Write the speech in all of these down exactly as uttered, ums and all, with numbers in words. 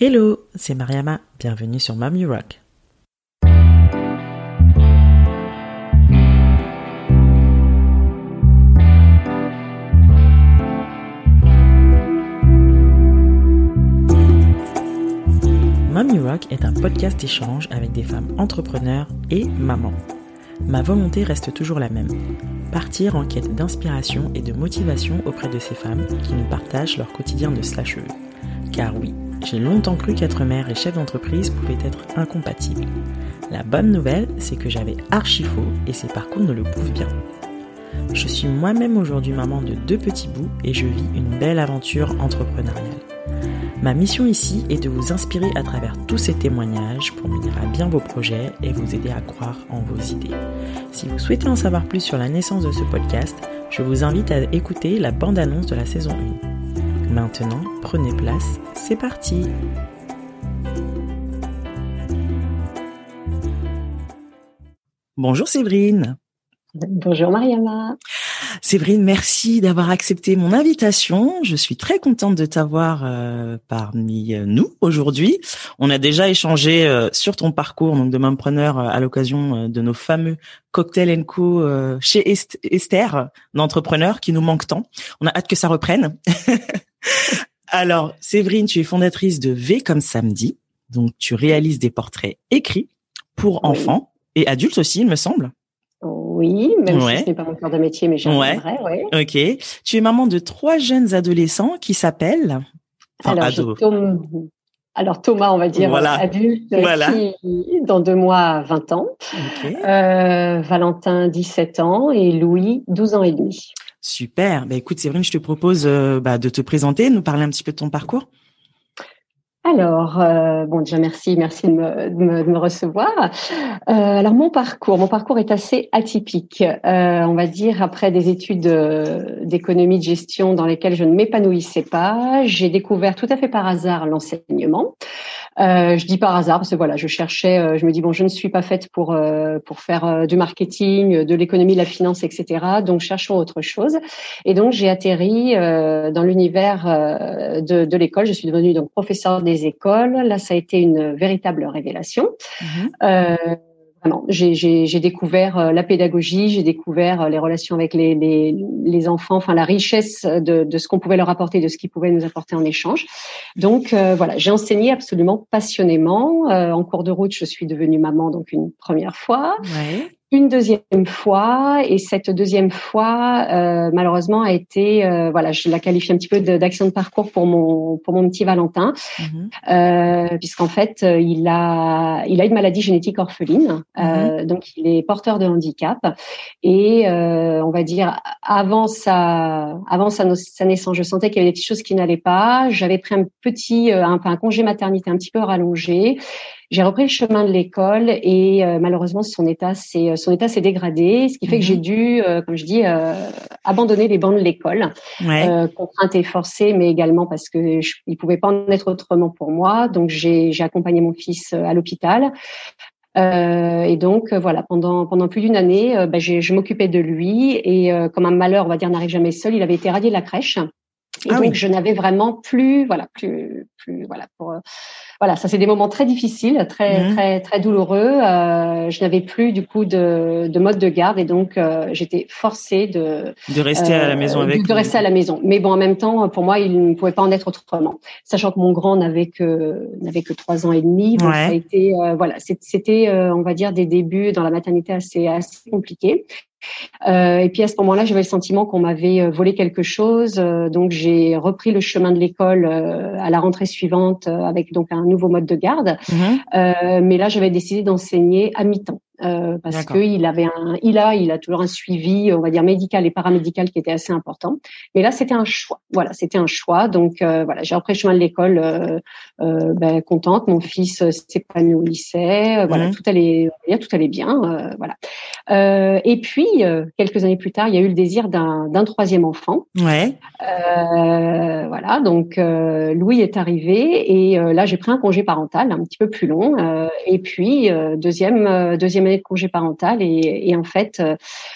Hello, c'est Mariama, bienvenue sur Mom You Rock. Mom You Rock est un podcast d'échange avec des femmes entrepreneurs et mamans. Ma volonté reste toujours la même, partir en quête d'inspiration et de motivation auprès de ces femmes qui nous partagent leur quotidien de slasheuse. Car oui, j'ai longtemps cru qu'être mère et chef d'entreprise pouvaient être incompatibles. La bonne nouvelle, c'est que j'avais archi faux et ces parcours ne le prouvent bien. Je suis moi-même aujourd'hui maman de deux petits bouts et je vis une belle aventure entrepreneuriale. Ma mission ici est de vous inspirer à travers tous ces témoignages pour mener à bien vos projets et vous aider à croire en vos idées. Si vous souhaitez en savoir plus sur la naissance de ce podcast, je vous invite à écouter la bande-annonce de la saison un. Maintenant, prenez place, c'est parti! Bonjour Séverine. Bonjour Mariama. Séverine, merci d'avoir accepté mon invitation. Je suis très contente de t'avoir euh, parmi nous aujourd'hui. On a déjà échangé euh, sur ton parcours donc de mompreneur euh, à l'occasion euh, de nos fameux cocktails and co euh, chez Est- Esther, d'entrepreneurs qui nous manquent tant. On a hâte que ça reprenne. Alors, Séverine, tu es fondatrice de V comme samedi. Donc, tu réalises des portraits écrits pour enfants oui. et adultes aussi, il me semble. Oui, même ouais. si ce n'est pas mon cœur de métier, mais j'aimerais, ouais. ouais. Ok. Tu es maman de trois jeunes adolescents qui s'ellent... Enfin, Alors, ados. Tom... Alors, Thomas, on va dire voilà. adulte, voilà. qui, dans deux mois, vingt ans. Okay. Euh, Valentin, dix-sept ans et Louis, douze ans et demi. Super. Bah, écoute, Séverine, je te propose euh, bah, de te présenter, de nous parler un petit peu de ton parcours. Alors, euh, bon, déjà merci, merci de me, de me, de me recevoir. Euh, alors mon parcours, mon parcours est assez atypique. Euh, on va dire après des études d'économie de gestion dans lesquelles je ne m'épanouissais pas, j'ai découvert tout à fait par hasard l'enseignement. Euh, je dis par hasard parce que voilà, je cherchais, euh, je me dis bon, je ne suis pas faite pour euh, pour faire euh, du marketing, de l'économie, de la finance, et cetera. Donc cherchons autre chose. Et donc j'ai atterri euh, dans l'univers euh, de, de l'école. Je suis devenue donc professeure des écoles. Là, ça a été une véritable révélation. Mmh. Euh, Vraiment, j'ai, j'ai, j'ai découvert la pédagogie, j'ai découvert les relations avec les, les, les enfants, enfin la richesse de, de ce qu'on pouvait leur apporter, de ce qu'ils pouvaient nous apporter en échange. Donc euh, voilà, j'ai enseigné absolument passionnément. Euh, en cours de route, je suis devenue maman donc une première fois. Ouais. Une deuxième fois, et cette deuxième fois, euh, malheureusement, a été, euh, voilà, je la qualifie un petit peu de, d'action de parcours pour mon pour mon petit Valentin, mm-hmm. euh, puisqu'en fait, il a il a une maladie génétique orpheline, mm-hmm. euh, donc il est porteur de handicap, et euh, on va dire avant sa avant sa, sa naissance, je sentais qu'il y avait des petites choses qui n'allaient pas. J'avais pris un petit un, un congé maternité un petit peu rallongé. J'ai repris le chemin de l'école et euh, malheureusement son état s'est son état s'est dégradé, ce qui fait mmh. que j'ai dû, euh, comme je dis, euh, abandonner les bancs de l'école, ouais. euh, contrainte et forcée, mais également parce que je, il pouvait pas en être autrement pour moi. Donc j'ai j'ai accompagné mon fils à l'hôpital. Euh, et donc voilà, pendant pendant plus d'une année, euh, bah, j'ai, je m'occupais de lui et euh, comme un malheur, on va dire, n'arrive jamais seul, il avait été radié de la crèche. Et ah donc oui. je n'avais vraiment plus, voilà, plus, plus, voilà, pour, euh, voilà, ça c'est des moments très difficiles, très, mmh. très, très douloureux. Euh, je n'avais plus du coup de, de mode de garde et donc euh, j'étais forcée de de rester euh, à la maison avec de, de rester à la maison. Mais bon, en même temps, pour moi, il ne pouvait pas en être autrement, sachant que mon grand n'avait que n'avait que trois ans et demi. Donc ouais. ça a été, euh, voilà, c'était, euh, on va dire, des débuts dans la maternité assez, assez compliqués. Euh, et puis à ce moment-là, j'avais le sentiment qu'on m'avait volé quelque chose, euh, donc j'ai repris le chemin de l'école euh, à la rentrée suivante euh, avec donc un nouveau mode de garde. Mmh. Euh, mais là, j'avais décidé d'enseigner à mi-temps. Euh, parce que il avait un, il a, il a toujours un suivi, on va dire médical et paramédical qui était assez important. Mais là, c'était un choix. Voilà, c'était un choix. Donc euh, voilà, j'ai repris le chemin de l'école, euh, euh, ben, contente. Mon fils s'épanouit au lycée. Euh, voilà, mmh. tout allait, tout allait bien. Euh, voilà. Euh, et puis euh, quelques années plus tard, il y a eu le désir d'un, d'un troisième enfant. Ouais. Euh, voilà, donc euh, Louis est arrivé et euh, là, j'ai pris un congé parental un petit peu plus long. Euh, et puis euh, deuxième, euh, deuxième journée de congé parental et, et en fait, euh,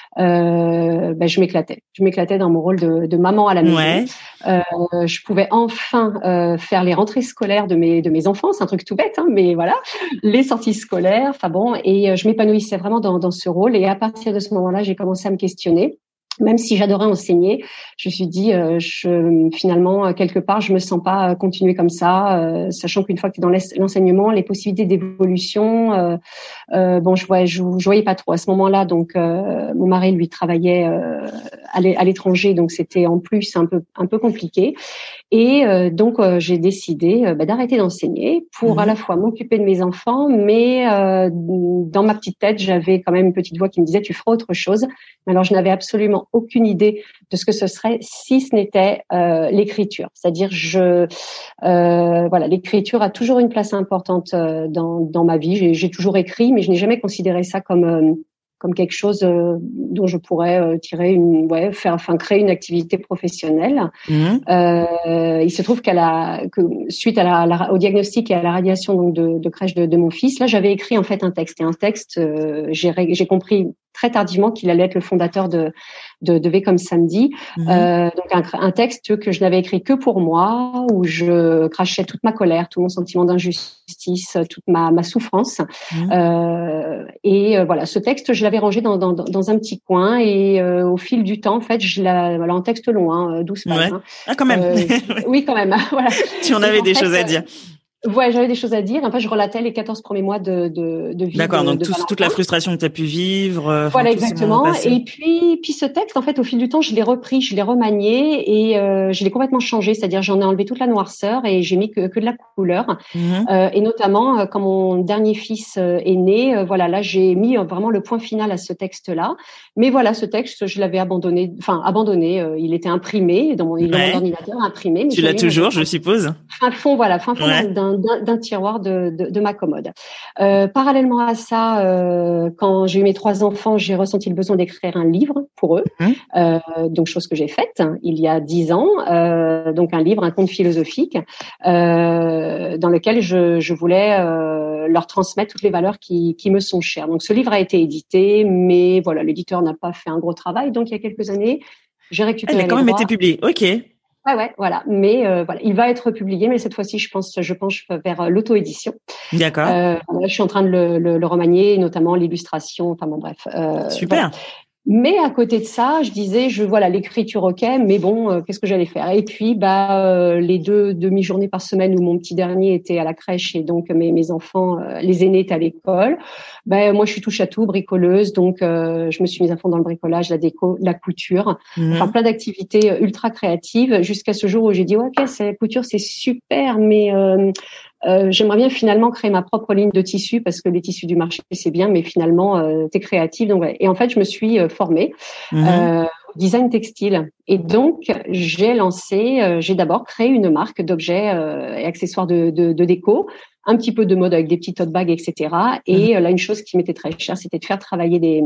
euh, ben, je m'éclatais. Je m'éclatais dans mon rôle de, de maman à la maison. Ouais. Euh, je pouvais enfin euh, faire les rentrées scolaires de mes de mes enfants. C'est un truc tout bête, hein, mais voilà, les sorties scolaires. Enfin bon, et euh, je m'épanouissais vraiment dans, dans ce rôle. Et à partir de ce moment-là, j'ai commencé à me questionner. Même si j'adorais enseigner, je me suis dit, euh, je, finalement, quelque part, je me sens pas continuer comme ça, euh, sachant qu'une fois que tu es dans l'enseignement, les possibilités d'évolution, euh, euh, bon, je voyais, je, je voyais pas trop à ce moment-là. Donc, euh, mon mari, lui, travaillait euh, à l'étranger, donc c'était en plus un peu un peu compliqué. Et euh, donc, euh, j'ai décidé euh, bah, d'arrêter d'enseigner pour mmh. à la fois m'occuper de mes enfants, mais euh, dans ma petite tête, j'avais quand même une petite voix qui me disait, tu feras autre chose. Mais alors, je n'avais absolument aucune idée de ce que ce serait si ce n'était euh, l'écriture. C'est-à-dire, je, euh, voilà, l'écriture a toujours une place importante euh, dans, dans ma vie. J'ai, j'ai toujours écrit, mais je n'ai jamais considéré ça comme euh, comme quelque chose euh, dont je pourrais euh, tirer une, ouais, faire, enfin, créer une activité professionnelle. Mmh. Euh, il se trouve qu'à la, que suite à la, à la, au diagnostic et à la radiation donc de, de crèche de, de mon fils, là, j'avais écrit en fait un texte et un texte, euh, j'ai, j'ai compris très tardivement qu'il allait être le fondateur de de, de V comme samedi. Mmh. Euh, donc un, un texte que je n'avais écrit que pour moi, où je crachais toute ma colère, tout mon sentiment d'injustice, toute ma, ma souffrance. Mmh. Euh, et euh, voilà, ce texte, je l'avais rangé dans, dans, dans un petit coin et euh, au fil du temps, en fait, je l'ai, voilà, en texte long, hein, douze pages. Ouais. Hein. Ah, quand même. Euh, oui, quand même. Voilà. Tu en avais des fait, choses à dire. Ouais, j'avais des choses à dire. En fait, je relatais les quatorze premiers mois de, de, de vie. D'accord, de, donc de tout, toute la frustration que tu as pu vivre. Euh, voilà, exactement. Et puis, puis ce texte, en fait, au fil du temps, je l'ai repris, je l'ai remanié et euh, je l'ai complètement changé. C'est-à-dire, j'en ai enlevé toute la noirceur et j'ai mis que, que de la couleur. Mmh. Euh, et notamment, euh, quand mon dernier fils euh, est né, euh, voilà, là, j'ai mis euh, vraiment le point final à ce texte-là. Mais voilà, ce texte, je l'avais abandonné. Enfin, abandonné. Euh, il était imprimé dans mon, ouais. dans mon ordinateur, imprimé. Mais tu l'as toujours, je suppose. Fin fond, voilà, fin fond ouais. d'un, d'un, d'un tiroir de, de, de ma commode. Euh, parallèlement à ça, euh, quand j'ai eu mes trois enfants, j'ai ressenti le besoin d'écrire un livre pour eux. Mmh. Euh, donc, chose que j'ai faite il y a dix ans. Euh, donc, un livre, un conte philosophique, euh, dans lequel je, je voulais euh, leur transmettre toutes les valeurs qui, qui me sont chères. Donc, ce livre a été édité, mais voilà, l'éditeur n'a pas fait un gros travail. Donc, il y a quelques années, j'ai récupéré. Elle a quand même été publiée. Ok. Ouais, ouais, voilà. Mais euh, voilà, il va être publié, mais cette fois-ci, je pense, je penche vers l'auto-édition. D'accord. Euh, je suis en train de le, le, le remanier, notamment l'illustration. Enfin bon, bref. Euh, Super. Voilà. Mais à côté de ça, je disais, je voilà, l'écriture, ok, mais bon, euh, qu'est-ce que j'allais faire? Et puis, bah, euh, les deux demi-journées par semaine où mon petit dernier était à la crèche et donc mes mes enfants, euh, les aînés, étaient à l'école. Ben moi, je suis touche à tout, bricoleuse, donc euh, je me suis mise à fond dans le bricolage, la déco, la couture, mmh. enfin plein d'activités ultra créatives, jusqu'à ce jour où j'ai dit, ouais, ok, c'est, la couture, c'est super, mais euh, Euh, j'aimerais bien finalement créer ma propre ligne de tissus parce que les tissus du marché c'est bien, mais finalement euh, t'es créative. Donc ouais. Et en fait je me suis euh, formée mmh. euh, au design textile et donc j'ai lancé, euh, j'ai d'abord créé une marque d'objets euh, et accessoires de, de, de déco, un petit peu de mode avec des petits tote bags, et cetera. Et mmh. là une chose qui m'était très chère, c'était de faire travailler des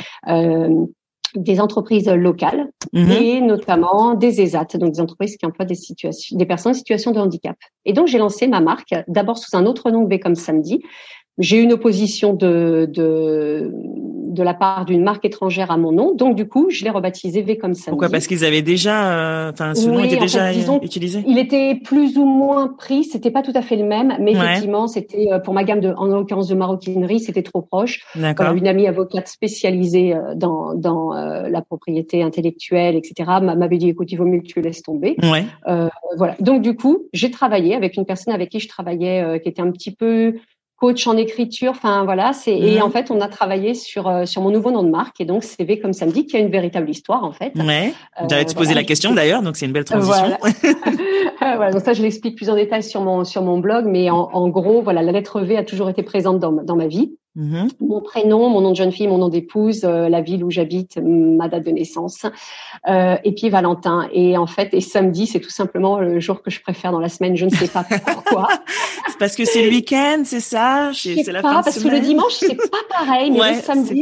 euh, des entreprises locales mmh. et notamment des E S A T, donc des entreprises qui emploient des situations, des personnes en situation de handicap. Et donc j'ai lancé ma marque d'abord sous un autre nom que V comme samedi. J'ai eu une opposition de de de la part d'une marque étrangère à mon nom, donc du coup je l'ai rebaptisé V comme samedi. Pourquoi? Parce qu'ils avaient déjà, enfin euh, ce nom oui, était déjà fait, disons, utilisé. Il était plus ou moins pris, c'était pas tout à fait le même, mais ouais. effectivement c'était pour ma gamme de, en l'occurrence de maroquinerie, c'était trop proche. D'accord. Euh, une amie avocate spécialisée dans dans euh, la propriété intellectuelle, et cetera m'avait dit écoute il vaut mieux que tu laisses tomber. Ouais. Euh, voilà. Donc du coup j'ai travaillé avec une personne avec qui je travaillais euh, qui était un petit peu coach en écriture, enfin voilà, c'est mmh. et en fait on a travaillé sur euh, sur mon nouveau nom de marque et donc c'est V comme samedi qui a une véritable histoire en fait. Ouais. J'allais euh, te poser voilà. la question d'ailleurs, donc c'est une belle transition. Voilà. voilà, donc ça je l'explique plus en détail sur mon sur mon blog, mais en, en gros voilà, la lettre V a toujours été présente dans dans ma vie. Mmh. Mon prénom, mon nom de jeune fille, mon nom d'épouse, euh, la ville où j'habite, ma date de naissance, euh, et puis Valentin. Et en fait, et samedi, c'est tout simplement le jour que je préfère dans la semaine. Je ne sais pas pourquoi. C'est parce que c'est le week-end, c'est ça? Je sais c'est la pas, fin de parce semaine. que le dimanche, c'est pas pareil, mais ouais, le samedi.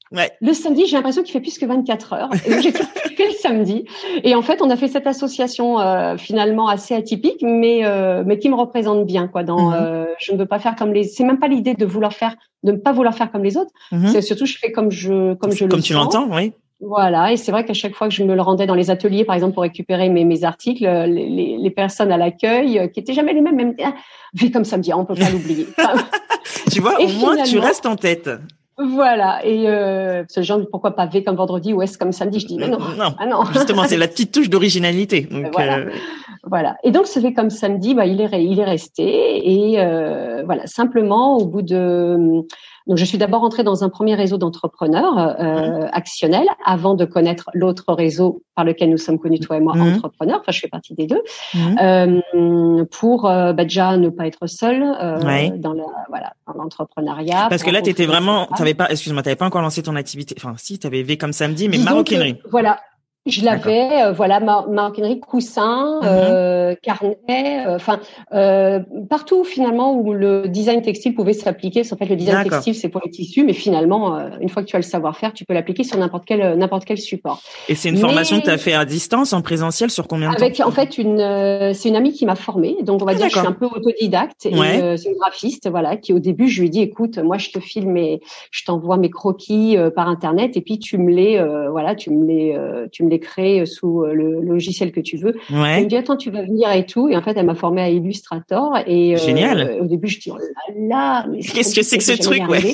Ouais. Le samedi, j'ai l'impression qu'il fait plus que vingt-quatre heures. Et donc, j'ai tout fait le samedi. Et en fait, on a fait cette association euh, finalement assez atypique, mais euh, mais qui me représente bien, quoi. Dans, mm-hmm. euh, je ne veux pas faire comme les. C'est même pas l'idée de vouloir faire, de ne pas vouloir faire comme les autres. Mm-hmm. C'est surtout, je fais comme je comme je comme le tu sens. l'entends, oui. Voilà, et c'est vrai qu'à chaque fois que je me le rendais dans les ateliers, par exemple pour récupérer mes mes articles, les les, les personnes à l'accueil, euh, qui étaient jamais les mêmes, même ah, vu comme ça me dit, on peut pas l'oublier. Enfin, tu vois, au moins tu restes en tête. Voilà, et euh, ce genre, pourquoi pas V comme vendredi ou S comme samedi, je dis mais non, non, ah non. Justement, c'est la petite touche d'originalité. Donc, voilà, euh... voilà. Et donc ce V comme samedi, bah il est il est resté et euh, voilà, simplement au bout de donc je suis d'abord entrée dans un premier réseau d'entrepreneurs euh, mmh. actionnels avant de connaître l'autre réseau par lequel nous sommes connus toi et moi, mmh. entrepreneurs. Enfin, je fais partie des deux mmh. euh, pour euh, bah, déjà ne pas être seule euh, ouais. dans la voilà dans l'entrepreneuriat. Parce que là, t'étais vraiment, t'avais pas, excuse-moi, t'avais pas encore lancé ton activité. Enfin, si, t'avais V comme samedi, mais Disons maroquinerie. Que, voilà. Je l'avais, euh, voilà, ma maroquinerie, coussin, mm-hmm. euh, carnet, enfin euh, euh, partout finalement où le design textile pouvait s'appliquer. En fait, le design D'accord. textile c'est pour les tissus, mais finalement, euh, une fois que tu as le savoir-faire, tu peux l'appliquer sur n'importe quel n'importe quel support. Et c'est une mais... formation que tu as fait à distance, en présentiel, sur combien de Avec, temps ? En fait, une, euh, c'est une amie qui m'a formée, donc on va ah, dire que je suis un peu autodidacte. Ouais. Et euh, c'est une graphiste, voilà, qui au début je lui ai dit, écoute, moi je te filme et je t'envoie mes croquis euh, par internet, et puis tu me les, euh, voilà, tu me les, euh, tu me les crées sous le logiciel que tu veux. Ouais. Elle me dit attends, tu vas venir et tout. Et en fait, elle m'a formée à Illustrator. Et génial. Euh, au début, je dis oh là là, mais qu'est-ce que c'est que ce truc, ouais.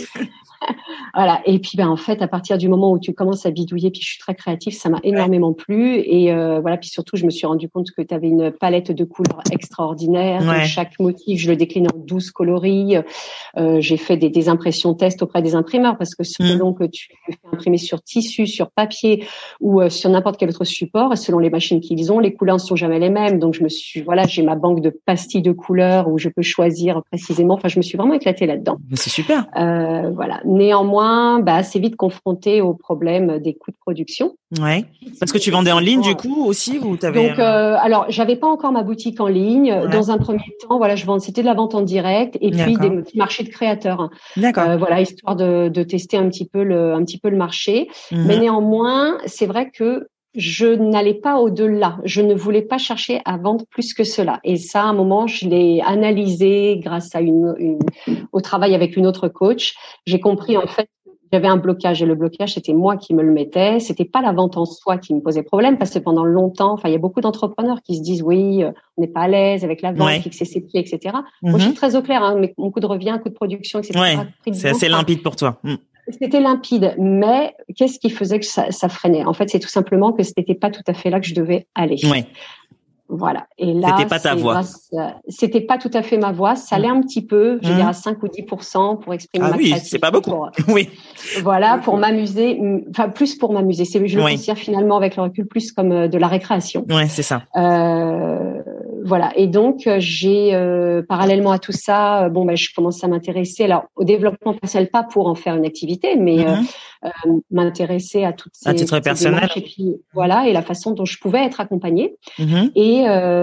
Voilà. Et puis, ben en fait, à partir du moment où tu commences à bidouiller, puis je suis très créative, ça m'a énormément ouais. plu. Et euh, voilà. Puis surtout, je me suis rendu compte que tu avais une palette de couleurs extraordinaire. Ouais. Donc, chaque motif, je le décline en douze coloris. Euh, j'ai fait des, des impressions tests auprès des imprimeurs parce que selon mmh. que tu fais imprimer sur tissu, sur papier ou euh, sur n'importe quel autre support, et selon les machines qu'ils ont, les couleurs ne sont jamais les mêmes. Donc, je me suis, voilà, j'ai ma banque de pastilles de couleurs où je peux choisir précisément. Enfin, je me suis vraiment éclatée là-dedans. Mais c'est super. Euh, voilà. Néanmoins, bah, assez vite confrontée au problème des coûts de production. Ouais. Parce que tu vendais en ligne du coup aussi, ou t'avais. Donc, euh, alors, j'avais pas encore ma boutique en ligne. Ouais. Dans un premier temps, voilà, je vendais, c'était de la vente en direct et puis D'accord. des petits marchés de créateurs. D'accord. Euh, voilà, histoire de, de tester un petit peu le, un petit peu le marché. Mm-hmm. Mais néanmoins, c'est vrai que je n'allais pas au-delà. Je ne voulais pas chercher à vendre plus que cela. Et ça, à un moment, je l'ai analysé grâce à une, une au travail avec une autre coach. J'ai compris, en fait, j'avais un blocage et le blocage, c'était moi qui me le mettais. C'était pas la vente en soi qui me posait problème parce que pendant longtemps, enfin, il y a beaucoup d'entrepreneurs qui se disent oui, on n'est pas à l'aise avec la vente, ouais. fixer ses prix, et cetera. Mm-hmm. Moi, je suis très au clair, hein, mais mon coût de revient, coût de production, et cetera. Ouais, c'est assez limpide pour toi. Mm. C'était limpide, mais qu'est-ce qui faisait que ça, ça freinait ? En fait, c'est tout simplement que c'était pas tout à fait là que je devais aller. Ouais. Voilà. Et là, c'était pas ta voix. Grâce, c'était pas tout à fait ma voix. Ça allait un petit peu, je veux mmh. dire à cinq ou dix pour cent pour exprimer ah ma oui, créativité. C'est pas beaucoup. Pour, oui. Voilà, pour m'amuser. Enfin, plus pour m'amuser. C'est, je le oui. considère finalement avec le recul plus comme de la récréation. Ouais, c'est ça. Euh, voilà. Et donc, j'ai euh, parallèlement à tout ça, bon, ben, je commence à m'intéresser. Alors, au développement personnel, pas pour en faire une activité, mais mmh. euh, euh, m'intéresser à toutes ces, à titre ces personnel. Et puis voilà, et la façon dont je pouvais être accompagnée. Mmh. Et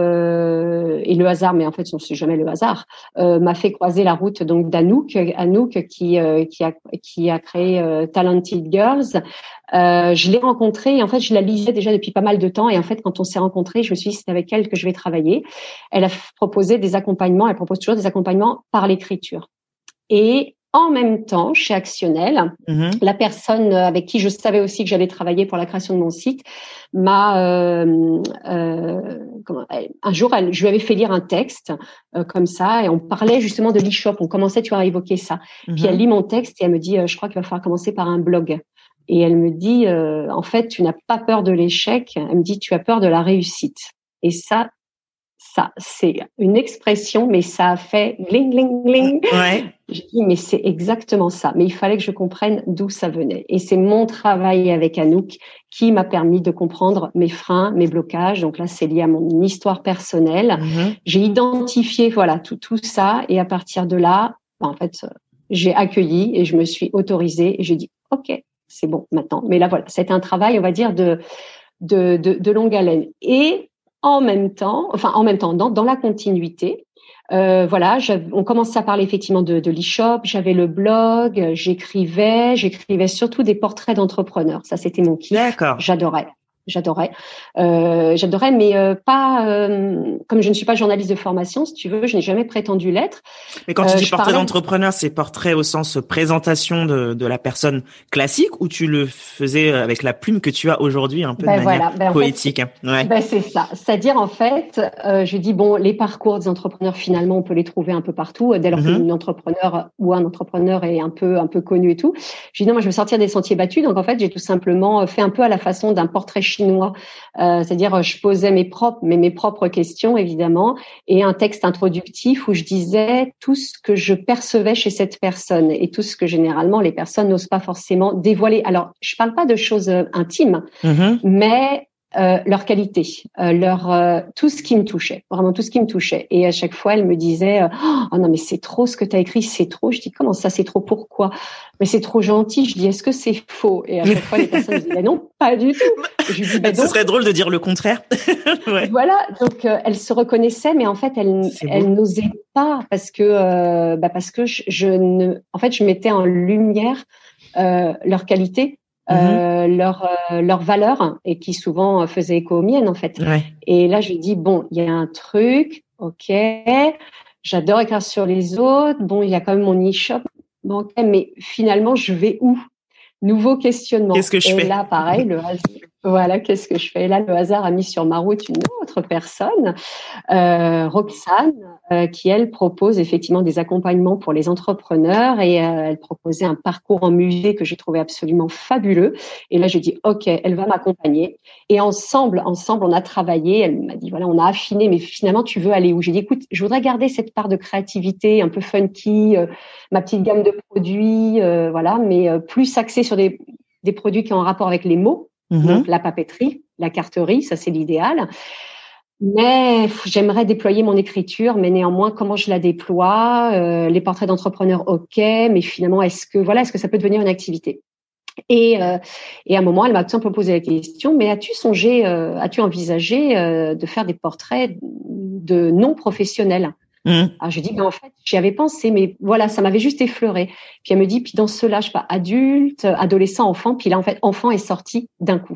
euh, et le hasard, mais en fait, on ne sait jamais le hasard, euh, m'a fait croiser la route donc d'Anouk, Anouk qui euh, qui a qui a créé euh, Talented Girls. Euh, je l'ai rencontrée et en fait, je la lisais déjà depuis pas mal de temps. Et en fait, quand on s'est rencontrés, je me suis dit c'est avec elle que je vais travailler. Elle a proposé des accompagnements. Elle propose toujours des accompagnements par l'écriture. Et en même temps, chez Actionnel, mmh. la personne avec qui je savais aussi que j'allais travailler pour la création de mon site m'a euh, euh, comment, un jour, elle, je lui avais fait lire un texte euh, comme ça et on parlait justement de l'e-shop. On commençait, tu vois, à évoquer ça. Mmh. Puis elle lit mon texte et elle me dit, euh, je crois qu'il va falloir commencer par un blog. Et elle me dit, euh, en fait, tu n'as pas peur de l'échec. Elle me dit, tu as peur de la réussite. Et ça, ça, c'est une expression, mais ça a fait gling, gling, gling. Ouais. Je dis, mais c'est exactement ça. Mais il fallait que je comprenne d'où ça venait. Et c'est mon travail avec Anouk qui m'a permis de comprendre mes freins, mes blocages. Donc là, c'est lié à mon histoire personnelle. Mm-hmm. J'ai identifié, voilà, tout, tout ça. Et à partir de là, ben, en fait, j'ai accueilli et je me suis autorisée et j'ai dit, OK, c'est bon maintenant. Mais là, voilà, c'était un travail, on va dire, de, de, de, de longue haleine. Et en même temps, enfin, en même temps, dans, dans la continuité, Euh, voilà, on commençait à parler effectivement de, de l'e-shop. J'avais le blog, j'écrivais, j'écrivais surtout des portraits d'entrepreneurs. Ça, c'était mon kiff. D'accord. J'adorais. J'adorais, euh, j'adorais, mais euh, pas euh, comme je ne suis pas journaliste de formation, si tu veux, je n'ai jamais prétendu l'être. Mais quand tu euh, dis portrait parlais... d'entrepreneur, c'est portrait au sens présentation de, de la personne classique, ou tu le faisais avec la plume que tu as aujourd'hui, un peu ben de manière voilà, ben poétique. En fait, ouais. Ben c'est ça. C'est-à-dire en fait, euh, je dis bon, les parcours des entrepreneurs finalement, on peut les trouver un peu partout. Dès lors mm-hmm. qu'une entrepreneur ou un entrepreneur est un peu un peu connu et tout, je dis non, moi je veux sortir des sentiers battus. Donc en fait, j'ai tout simplement fait un peu à la façon d'un portrait chinois. Euh, c'est-à-dire, je posais mes propres, mais mes propres questions évidemment, et un texte introductif où je disais tout ce que je percevais chez cette personne et tout ce que généralement les personnes n'osent pas forcément dévoiler. Alors, je parle pas de choses intimes, mm-hmm. mais euh, leur qualité, euh, leur euh, tout ce qui me touchait, vraiment tout ce qui me touchait. Et à chaque fois, elle me disait oh non mais c'est trop ce que tu as écrit, c'est trop. Je dis comment ça c'est trop, pourquoi? Mais c'est trop gentil. Je dis est-ce que c'est faux? Et à chaque fois les personnes me disaient non, pas du tout. Et je lui dis bah, ce donc, serait drôle de dire le contraire. ouais. Voilà, donc euh, elle se reconnaissait, mais en fait elle elle n'osait pas parce que euh, bah parce que je, je ne en fait je mettais en lumière euh, leur qualité. Euh, mmh. leur euh, leur valeur et qui souvent faisait écho aux miennes en fait. Ouais. Et là je dis bon, il y a un truc, ok, j'adore écrire sur les autres. Bon, il y a quand même mon e-shop, bon, okay, mais finalement je vais où? Nouveau questionnement. Qu'est-ce que je et fais? là pareil, le hasard. Voilà, qu'est-ce que je fais? Et là, le hasard a mis sur ma route une autre personne, euh, Roxane, euh, qui elle propose effectivement des accompagnements pour les entrepreneurs et euh, elle proposait un parcours en musée que j'ai trouvé absolument fabuleux. Et là, je dis ok, elle va m'accompagner. Et ensemble, ensemble, on a travaillé. Elle m'a dit voilà, on a affiné, mais finalement, tu veux aller où? J'ai dit écoute, je voudrais garder cette part de créativité, un peu funky, euh, ma petite gamme de produits, euh, voilà, mais euh, plus axée sur des des produits qui ont un rapport avec les mots. Mmh. Donc la papeterie, la carterie, ça c'est l'idéal. Mais j'aimerais déployer mon écriture, mais néanmoins comment je la déploie, euh, les portraits d'entrepreneurs, ok, mais finalement est-ce que voilà, est-ce que ça peut devenir une activité? Et, euh, et à un moment, elle m'a tout simplement posé la question, mais as-tu songé, euh, as-tu envisagé euh, de faire des portraits de non professionnels? Mmh. Alors je dis ben en fait j'y avais pensé mais voilà ça m'avait juste effleuré. Puis elle me dit puis dans cela je sais pas adulte, adolescent, enfant, puis là en fait enfant est sorti d'un coup.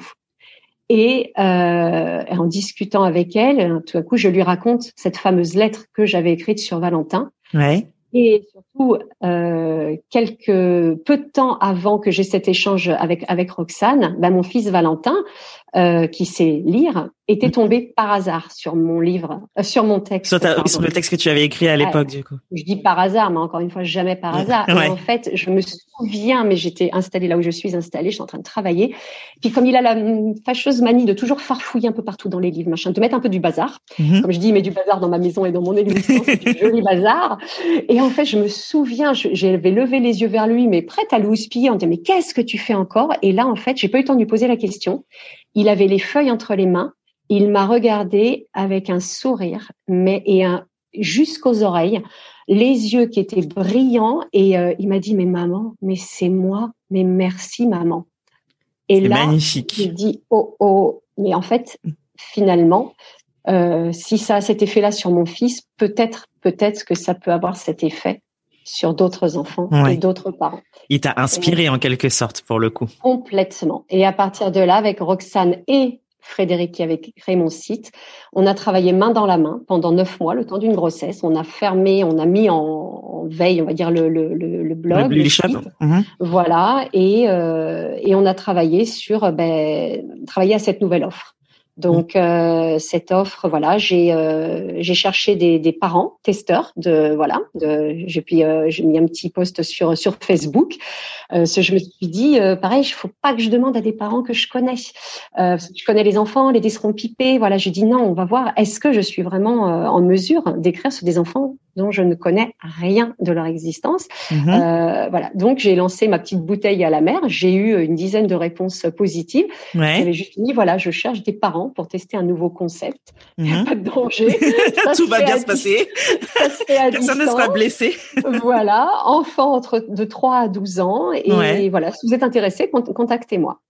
Et euh, en discutant avec elle, tout à coup je lui raconte cette fameuse lettre que j'avais écrite sur Valentin. Ouais. Et surtout euh, quelques peu de temps avant que j'ai cet échange avec avec Roxane, ben mon fils Valentin euh, qui sait lire était tombé par hasard sur mon livre, euh, sur mon texte. Sur, ta, sur le texte que tu avais écrit à l'époque, ouais, du coup. Je dis par hasard, mais encore une fois, jamais par hasard. Ouais. Et en fait, je me souviens, mais j'étais installée là où je suis installée, j'étais en train de travailler. Puis comme il a la fâcheuse manie de toujours farfouiller un peu partout dans les livres, machin, de mettre un peu du bazar. Mm-hmm. Comme je dis, il met du bazar dans ma maison et dans mon existence, c'est du joli bazar. Et en fait, je me souviens, je, j'avais levé les yeux vers lui, mais prête à l'houspiller, on me dit, mais qu'est-ce que tu fais encore? Et là, en fait, j'ai pas eu le temps de lui poser la question. Il avait les feuilles entre les mains. Il m'a regardé avec un sourire, mais et un jusqu'aux oreilles, les yeux qui étaient brillants, et euh, il m'a dit mais maman, mais c'est moi, mais merci maman. Et c'est là, magnifique. J'ai dit oh oh, mais en fait finalement, euh, si ça a cet effet-là sur mon fils, peut-être peut-être que ça peut avoir cet effet sur d'autres enfants ouais. et d'autres parents. Il t'a inspiré et, en quelque sorte pour le coup. Complètement. Et à partir de là, avec Roxane et Frédéric qui avait créé mon site, on a travaillé main dans la main pendant neuf mois, le temps d'une grossesse. On a fermé, on a mis en, en veille, on va dire le, le, le, le blog, le, le le site, mmh. voilà, et euh, et on a travaillé sur, ben, travaillé à cette nouvelle offre. Donc euh, cette offre, voilà, j'ai euh, j'ai cherché des, des parents testeurs de voilà, de j'ai puis euh, j'ai mis un petit post sur sur Facebook. Euh, ce, je me suis dit euh, pareil, il faut pas que je demande à des parents que je connais. Euh, je connais les enfants, les dés seront pipés. Voilà, j'ai dit non, on va voir. Est-ce que je suis vraiment euh, en mesure d'écrire sur des enfants dont je ne connais rien de leur existence. Mmh. Euh, voilà. Donc, j'ai lancé ma petite bouteille à la mer. J'ai eu une dizaine de réponses positives. Ouais. J'avais juste dit, voilà, je cherche des parents pour tester un nouveau concept. Il n'y a pas de danger. Tout va bien se passer. Personne ne sera blessé. Voilà. Enfants entre de trois à douze ans. Et ouais. voilà, si vous êtes intéressé, contactez-moi.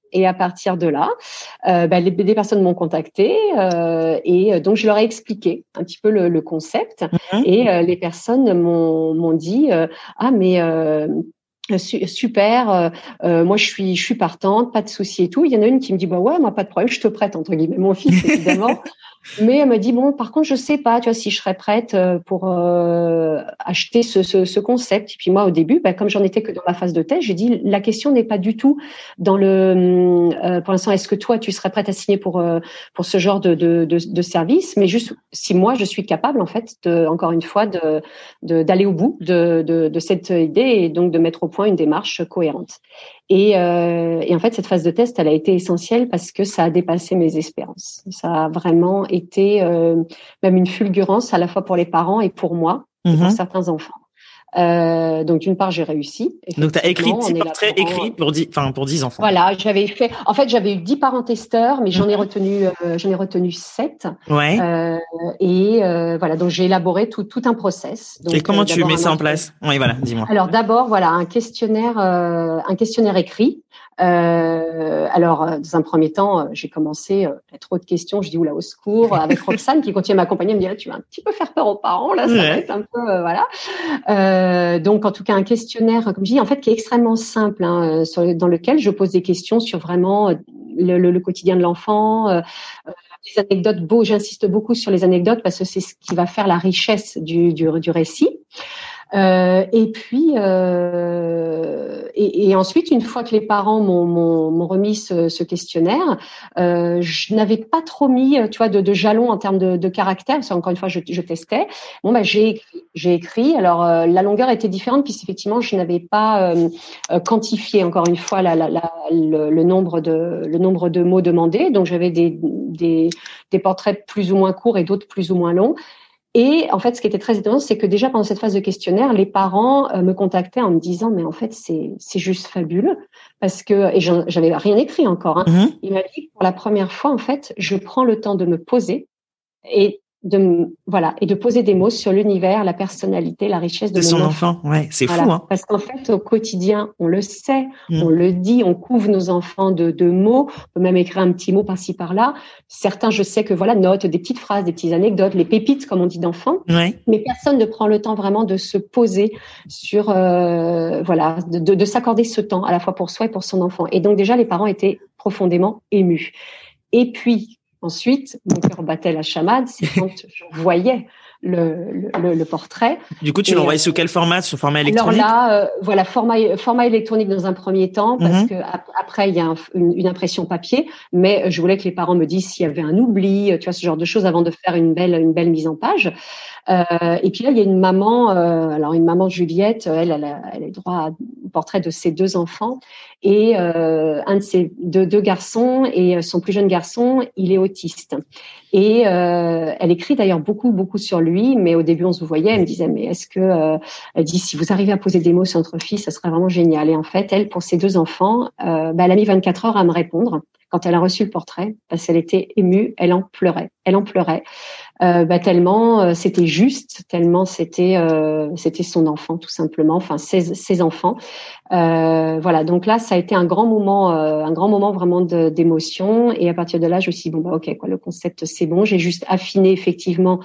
Et à partir de là, euh, bah, les, des personnes m'ont contacté euh, et donc je leur ai expliqué un petit peu le, le concept. Mm-hmm. Et euh, les personnes m'ont, m'ont dit euh, ah mais euh, super, euh, euh, moi je suis je suis partante, pas de souci et tout. Il y en a une qui me dit bah ouais, moi pas de problème, je te prête entre guillemets mon fils évidemment. Mais elle m'a dit bon, par contre, je sais pas, tu vois, si je serais prête pour euh, acheter ce, ce, ce concept. Et puis moi, au début, bah, comme j'en étais que dans la phase de test, j'ai dit la question n'est pas du tout dans le. Euh, pour l'instant, est-ce que toi, tu serais prête à signer pour euh, pour ce genre de, de de de service, mais juste si moi, je suis capable, en fait, de, encore une fois, de, de d'aller au bout de, de de cette idée et donc de mettre au point une démarche cohérente. Et, euh, et en fait, cette phase de test, elle a été essentielle parce que ça a dépassé mes espérances. Ça a vraiment été euh, même une fulgurance à la fois pour les parents et pour moi et Mm-hmm. pour certains enfants. Euh, donc d'une part, j'ai réussi. Donc tu as écrit dix portraits écrits pour dix, enfin pour dix enfants. Voilà, j'avais fait. En fait, j'avais eu dix parents testeurs, mais j'en ai retenu, euh, j'en ai retenu sept. Ouais. Euh, et euh, voilà, donc j'ai élaboré tout tout un process. Donc, et comment euh, tu mets ça en place? Oui, voilà, dis-moi. Alors d'abord, voilà, un questionnaire, euh, un questionnaire écrit. Euh, alors, dans un premier temps, j'ai commencé, euh, il y a trop de questions, je dis oula, au secours, avec Roxane qui continue à m'accompagner, elle me dit ah, tu vas un petit peu faire peur aux parents, là, ça ouais. va être un peu, euh, voilà. Euh, donc, en tout cas, un questionnaire, comme je dis, en fait, qui est extrêmement simple, hein, sur, dans lequel je pose des questions sur vraiment le, le, le quotidien de l'enfant, euh, des anecdotes beaux, j'insiste beaucoup sur les anecdotes parce que c'est ce qui va faire la richesse du, du, du récit. Euh, et puis, euh, et, et ensuite, une fois que les parents m'ont, m'ont, m'ont remis ce, ce questionnaire, euh, je n'avais pas trop mis, tu vois, de, de jalons en termes de, de caractère. Parce qu'encore une fois, je, je testais. Bon, bah, j'ai écrit. J'ai écrit. Alors, euh, la longueur était différente puisqu'effectivement, je n'avais pas euh, quantifié encore une fois la, la, la, le, le nombre de le nombre de mots demandés. Donc, j'avais des, des, des portraits plus ou moins courts et d'autres plus ou moins longs. Et en fait, ce qui était très étonnant, c'est que déjà pendant cette phase de questionnaire, les parents euh, me contactaient en me disant, mais en fait, c'est c'est juste fabuleux parce que et j'en, j'avais rien écrit encore. Hein. Mm-hmm. Il m'a dit que pour la première fois, en fait, je prends le temps de me poser et de voilà et de poser des mots sur l'univers, la personnalité, la richesse de, de mon son enfant. enfant. Ouais, c'est voilà. fou. Hein. Parce qu'en fait, au quotidien, on le sait, mmh. on le dit, on couvre nos enfants de, de mots. On peut même écrire un petit mot par-ci par-là. Certains, je sais que voilà, notent des petites phrases, des petites anecdotes, les pépites comme on dit d'enfants. Ouais. Mais personne ne prend le temps vraiment de se poser sur euh, voilà, de, de, de s'accorder ce temps à la fois pour soi et pour son enfant. Et donc déjà, les parents étaient profondément émus. Et puis ensuite, mon cœur battait la chamade, c'est quand je voyais le, le, le portrait. Du coup, tu l'envoies euh, sous quel format? Sous format électronique? Alors là, euh, voilà, format, format électronique dans un premier temps, parce mm-hmm. que après, il y a un, une, une impression papier, mais je voulais que les parents me disent s'il y avait un oubli, tu vois, ce genre de choses avant de faire une belle, une belle mise en page. Euh, et puis là, il y a une maman, euh, alors une maman Juliette, elle, elle a, elle a droit à un portrait de ses deux enfants et euh, un de ses deux, deux garçons et son plus jeune garçon, il est autiste. Et euh, elle écrit d'ailleurs beaucoup, beaucoup sur lui, mais au début on se voyait, elle me disait mais est-ce que, euh, elle dit si vous arrivez à poser des mots sur notre fils, ça serait vraiment génial. Et en fait, elle pour ses deux enfants, euh, bah, elle a mis vingt-quatre heures à me répondre. Quand elle a reçu le portrait, parce qu'elle était émue, elle en pleurait, elle en pleurait. Euh, bah, tellement euh, c'était juste, tellement c'était euh, c'était son enfant tout simplement, enfin ses ses enfants. Euh, voilà, donc là ça a été un grand moment, euh, un grand moment vraiment de, d'émotion. Et à partir de là, je me suis dit bon bah ok quoi, le concept c'est bon. J'ai juste affiné effectivement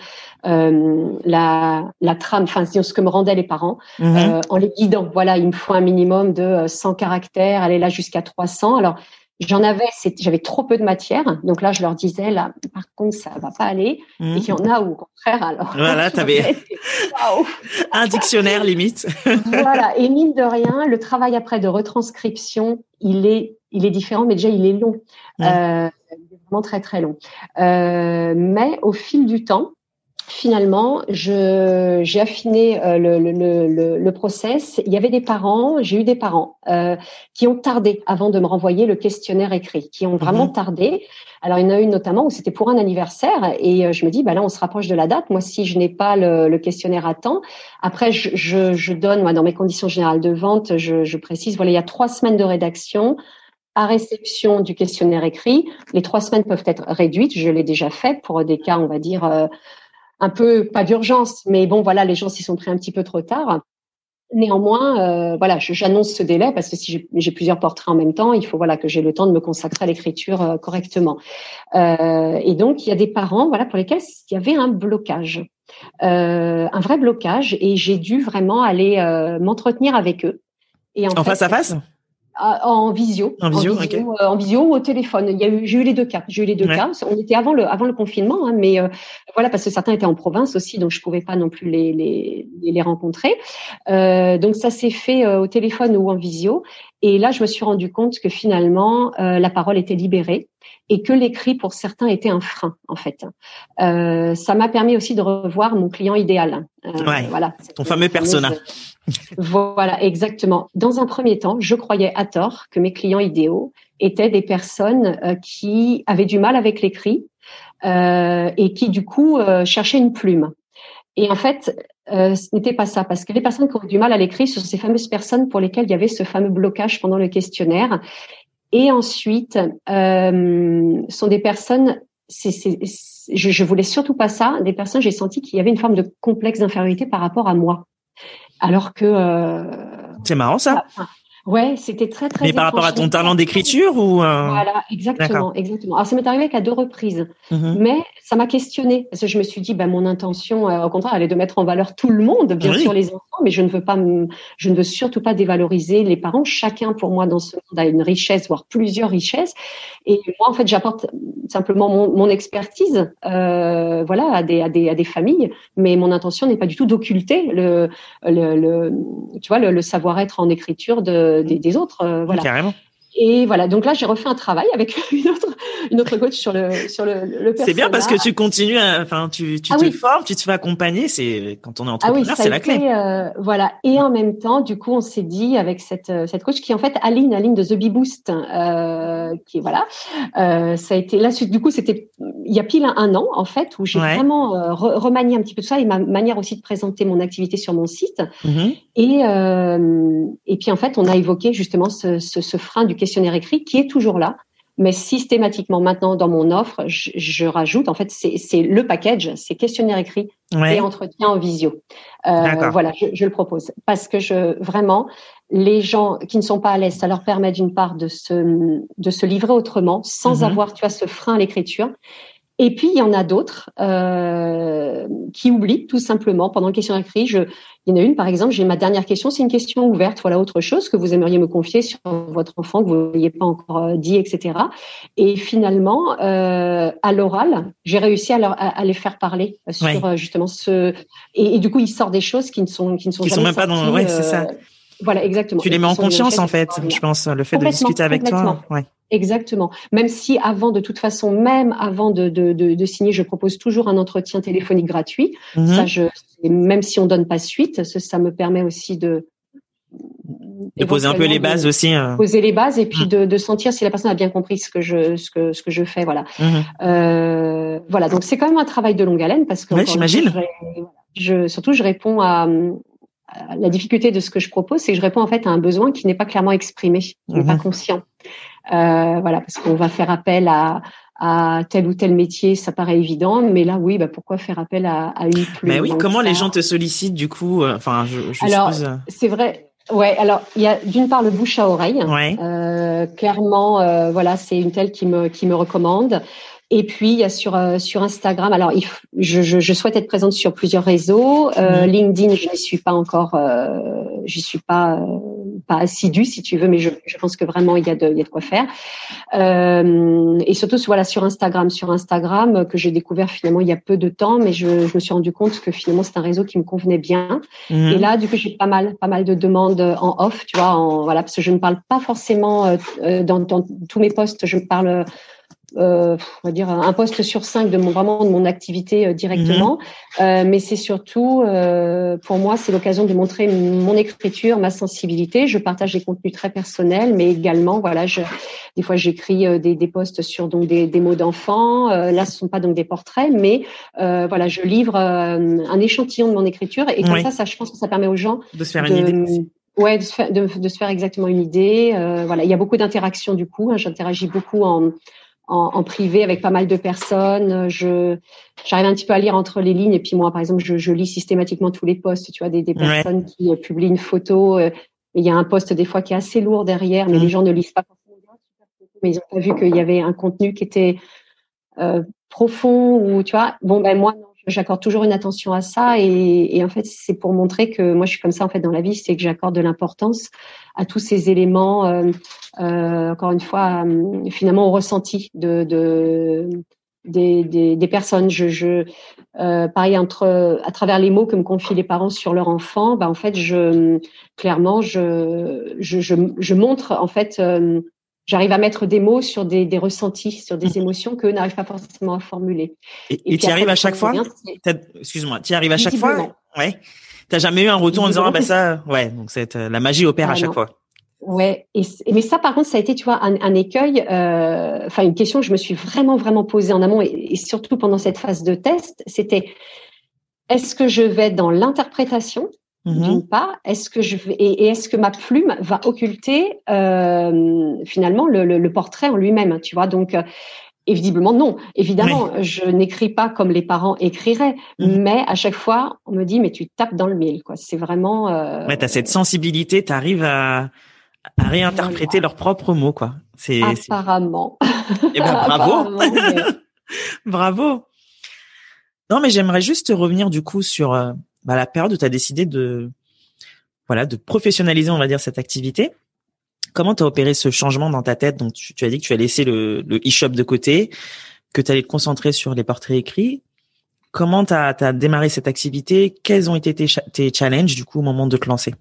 euh, la la trame, enfin ce que me rendaient les parents mmh. euh, en les guidant. Voilà, il me faut un minimum de cent caractères, aller là jusqu'à trois cents. Alors J'en avais, j'avais trop peu de matière, donc là je leur disais là, par contre ça va pas aller. Mmh. Et il y en a où au contraire alors. Voilà, t'avais wow. un dictionnaire limite. Voilà, et mine de rien, le travail après de retranscription, il est, il est différent, mais déjà il est long, mmh. euh, il est vraiment très très long. Euh, mais au fil du temps. Finalement, je, j'ai affiné euh, le, le, le, le process. Il y avait des parents, j'ai eu des parents euh, qui ont tardé avant de me renvoyer le questionnaire écrit, qui ont vraiment mmh. tardé. Alors, il y en a une notamment où c'était pour un anniversaire et euh, je me dis, bah là, on se rapproche de la date. Moi, si je n'ai pas le, le questionnaire à temps, après, je, je, je donne, moi, dans mes conditions générales de vente, je, je précise, voilà, il y a trois semaines de rédaction. À réception du questionnaire écrit, les trois semaines peuvent être réduites. Je l'ai déjà fait pour des cas, on va dire. Euh, un peu, pas d'urgence, mais bon, voilà, les gens s'y sont pris un petit peu trop tard. Néanmoins, euh, voilà, je, j'annonce ce délai parce que si j'ai, j'ai plusieurs portraits en même temps, il faut voilà que j'ai le temps de me consacrer à l'écriture euh, correctement. Euh, et donc, il y a des parents, voilà, pour lesquels il y avait un blocage, euh, un vrai blocage, et j'ai dû vraiment aller euh, m'entretenir avec eux. Et en, en fait, face à face. En visio, en visio, en visio, okay. euh, en visio ou au téléphone. Il y a eu, j'ai eu les deux cas. J'ai eu les deux ouais. cas. On était avant le, avant le confinement, hein, mais euh, voilà, parce que certains étaient en province aussi, donc je pouvais pas non plus les, les, les rencontrer. Euh, donc ça s'est fait euh, au téléphone ou en visio. Et là, je me suis rendu compte que finalement, euh, la parole était libérée et que l'écrit pour certains était un frein, en fait. Euh, ça m'a permis aussi de revoir mon client idéal. Euh, ouais. Voilà. Ton fameux persona. Voilà, exactement. Dans un premier temps, je croyais à tort que mes clients idéaux étaient des personnes euh, qui avaient du mal avec l'écrit euh, et qui, du coup, euh, cherchaient une plume. Et en fait, euh, ce n'était pas ça, parce que les personnes qui ont du mal à l'écrit, ce sont ces fameuses personnes pour lesquelles il y avait ce fameux blocage pendant le questionnaire. Et ensuite, euh, sont des personnes, c'est, c'est, c'est, je, je voulais surtout pas ça, des personnes, j'ai senti qu'il y avait une forme de complexe d'infériorité par rapport à moi. Alors que euh, c'est marrant ça. Enfin, ouais, c'était très très. Mais par rapport à ton talent d'écriture ou euh... Voilà, exactement, D'accord. exactement. Alors ça m'est arrivé qu'à deux reprises, mm-hmm. mais ça m'a questionnée parce que je me suis dit, ben mon intention, euh, au contraire, elle est de mettre en valeur tout le monde, bien oui. sûr les enfants, mais je ne veux pas, m- je ne veux surtout pas dévaloriser les parents. Chacun pour moi dans ce monde a une richesse, voire plusieurs richesses. Et moi en fait, j'apporte simplement mon, mon expertise, euh, voilà, à des à des à des familles, mais mon intention n'est pas du tout d'occulter le le, le tu vois le, le savoir-être en écriture de des, des autres, euh, voilà. Carrément. Et voilà, donc là j'ai refait un travail avec une autre une autre coach sur le sur le, le persona. C'est bien parce que tu continues, enfin tu tu ah te oui. formes, tu te fais accompagner. C'est quand on est entrepreneur, ah oui, c'est la été, clé. Euh, voilà. Et en même temps, du coup, on s'est dit avec cette cette coach qui en fait Aline, Aline de The Bee Boost, euh, qui voilà, euh, ça a été là. Du coup, c'était il y a pile un, un an en fait où j'ai ouais. vraiment euh, re- remanié un petit peu tout ça et ma manière aussi de présenter mon activité sur mon site. Mm-hmm. Et euh, et puis en fait, on a évoqué justement ce, ce, ce frein du questionnaire écrit qui est toujours là. Mais systématiquement maintenant dans mon offre, je, je rajoute en fait c'est, c'est le package, c'est questionnaire écrit ouais. et entretien en visio. Euh, voilà, je, je le propose parce que je vraiment les gens qui ne sont pas à l'aise, ça leur permet d'une part de se de se livrer autrement sans mm-hmm. avoir tu vois ce frein à l'écriture. Et puis il y en a d'autres euh, qui oublient tout simplement pendant le questionnaire écrit. Je, il y en a une par exemple. J'ai ma dernière question, c'est une question ouverte. Voilà autre chose que vous aimeriez me confier sur votre enfant que vous n'ayez pas encore dit, et cetera. Et finalement, euh, à l'oral, j'ai réussi à, leur, à, à les faire parler sur oui. justement ce. Et, et du coup, il sort des choses qui ne sont qui ne sont qui jamais sont même sorties, pas dans. Ouais, euh, c'est ça. Voilà, exactement. Tu les mets en confiance en fait. Je pense le fait de discuter avec toi. Ouais. Exactement. Même si avant, de toute façon, même avant de, de, de, de signer, je propose toujours un entretien téléphonique gratuit. Mm-hmm. Ça, je, même si on donne pas suite, ça, ça me permet aussi de de poser un peu les bases de, aussi. Euh... Poser les bases et puis mm. de, de sentir si la personne a bien compris ce que je ce que ce que je fais. Voilà. Mm-hmm. Euh, voilà. Donc c'est quand même un travail de longue haleine parce que ouais, j'imagine. Je, je surtout je réponds à la difficulté de ce que je propose, c'est que je réponds en fait à un besoin qui n'est pas clairement exprimé, qui n'est mmh. pas conscient. Euh, voilà, parce qu'on va faire appel à, à tel ou tel métier, ça paraît évident, mais là, oui, bah pourquoi faire appel à, à une plume? Mais oui, donc, comment ça... les gens te sollicitent du coup? Enfin, je, je alors, suppose. C'est vrai. Ouais, alors il y a d'une part le bouche à oreille. Ouais. Euh, clairement, euh, voilà, c'est une telle qui me qui me recommande. Et puis il y a sur euh, sur Instagram. Alors il f- je, je je souhaite être présente sur plusieurs réseaux. Euh, mmh. LinkedIn, je n'y suis pas encore. Euh, j'y suis pas euh, pas assidue si tu veux, mais je je pense que vraiment il y a de il y a de quoi faire. Euh, et surtout voilà sur Instagram, sur Instagram que j'ai découvert finalement il y a peu de temps, mais je je me suis rendu compte que finalement c'est un réseau qui me convenait bien. Mmh. Et là du coup j'ai pas mal pas mal de demandes en off, tu vois, en voilà parce que je ne parle pas forcément euh, dans, dans tous mes posts, je parle Euh, on va dire un poste sur cinq de mon vraiment de mon activité euh, directement, mmh. euh, mais c'est surtout euh, pour moi c'est l'occasion de montrer mon écriture, ma sensibilité. Je partage des contenus très personnels, mais également voilà, je des fois j'écris euh, des, des posts sur donc des, des mots d'enfants. Euh, là, ce sont pas donc des portraits, mais euh, voilà, je livre euh, un échantillon de mon écriture et comme oui. ça, ça, je pense que ça permet aux gens de se faire de, une idée. Ouais, de se faire, de, de se faire exactement une idée. Euh, voilà, il y a beaucoup d'interactions du coup. Hein, j'interagis beaucoup en en, en privé avec pas mal de personnes. Je j'arrive un petit peu à lire entre les lignes. Et puis moi, par exemple, je, je lis systématiquement tous les posts. Tu vois, des, des personnes Ouais. qui euh, publient une photo. Euh, il y a un post des fois qui est assez lourd derrière, mais Mmh. les gens ne lisent pas forcément. Mais ils ont pas vu qu'il y avait un contenu qui était euh, profond ou tu vois. Bon ben moi non, j'accorde toujours une attention à ça et, et en fait c'est pour montrer que moi je suis comme ça en fait dans la vie, c'est que j'accorde de l'importance à tous ces éléments. Euh, euh, encore une fois, euh, finalement au ressenti de, de des, des, des personnes. Je, je euh, pareil entre à travers les mots que me confient les parents sur leur enfant, ben en fait je clairement je je je, je montre en fait. Euh, J'arrive à mettre des mots sur des, des ressentis, sur des émotions qu'eux n'arrivent pas forcément à formuler. Et Et tu puis y après, arrives à le chaque fois? problème revient, T'as, excuse-moi, tu y arrives à chaque fois? visiblement. Ouais. T'as jamais eu un retour en disant, ah Visiblement, bah ça, ouais, donc c'est, la magie opère à ah chaque non. fois. Ouais. Et, mais ça, par contre, ça a été, tu vois, un, un écueil, euh, enfin, une question que je me suis vraiment, vraiment posée en amont et, et surtout pendant cette phase de test, c'était, est-ce que je vais dans l'interprétation? Mmh. D'une part, est-ce que je vais et, et est-ce que ma plume va occulter euh, finalement le, le, le portrait en lui-même, tu vois? Donc, euh, et visiblement non. Évidemment, Ouais. je n'écris pas comme les parents écriraient, Mmh. mais à chaque fois, on me dit mais tu tapes dans le mille, quoi. C'est vraiment. Euh, Ouais, t'as cette sensibilité, t'arrives à, à réinterpréter voilà. leurs propres mots, quoi. C'est, c'est... Apparemment. Eh ben, bravo. Apparemment. Mais... Bravo. Non, mais j'aimerais juste revenir du coup sur euh, bah, la période où tu as décidé de voilà de professionnaliser, on va dire, cette activité. Comment tu as opéré ce changement dans ta tête? Donc tu, tu as dit que tu as laissé le, le e-shop de côté, que tu allais te concentrer sur les portraits écrits. Comment tu as démarré cette activité? Quels ont été tes, tes challenges du coup au moment de te lancer?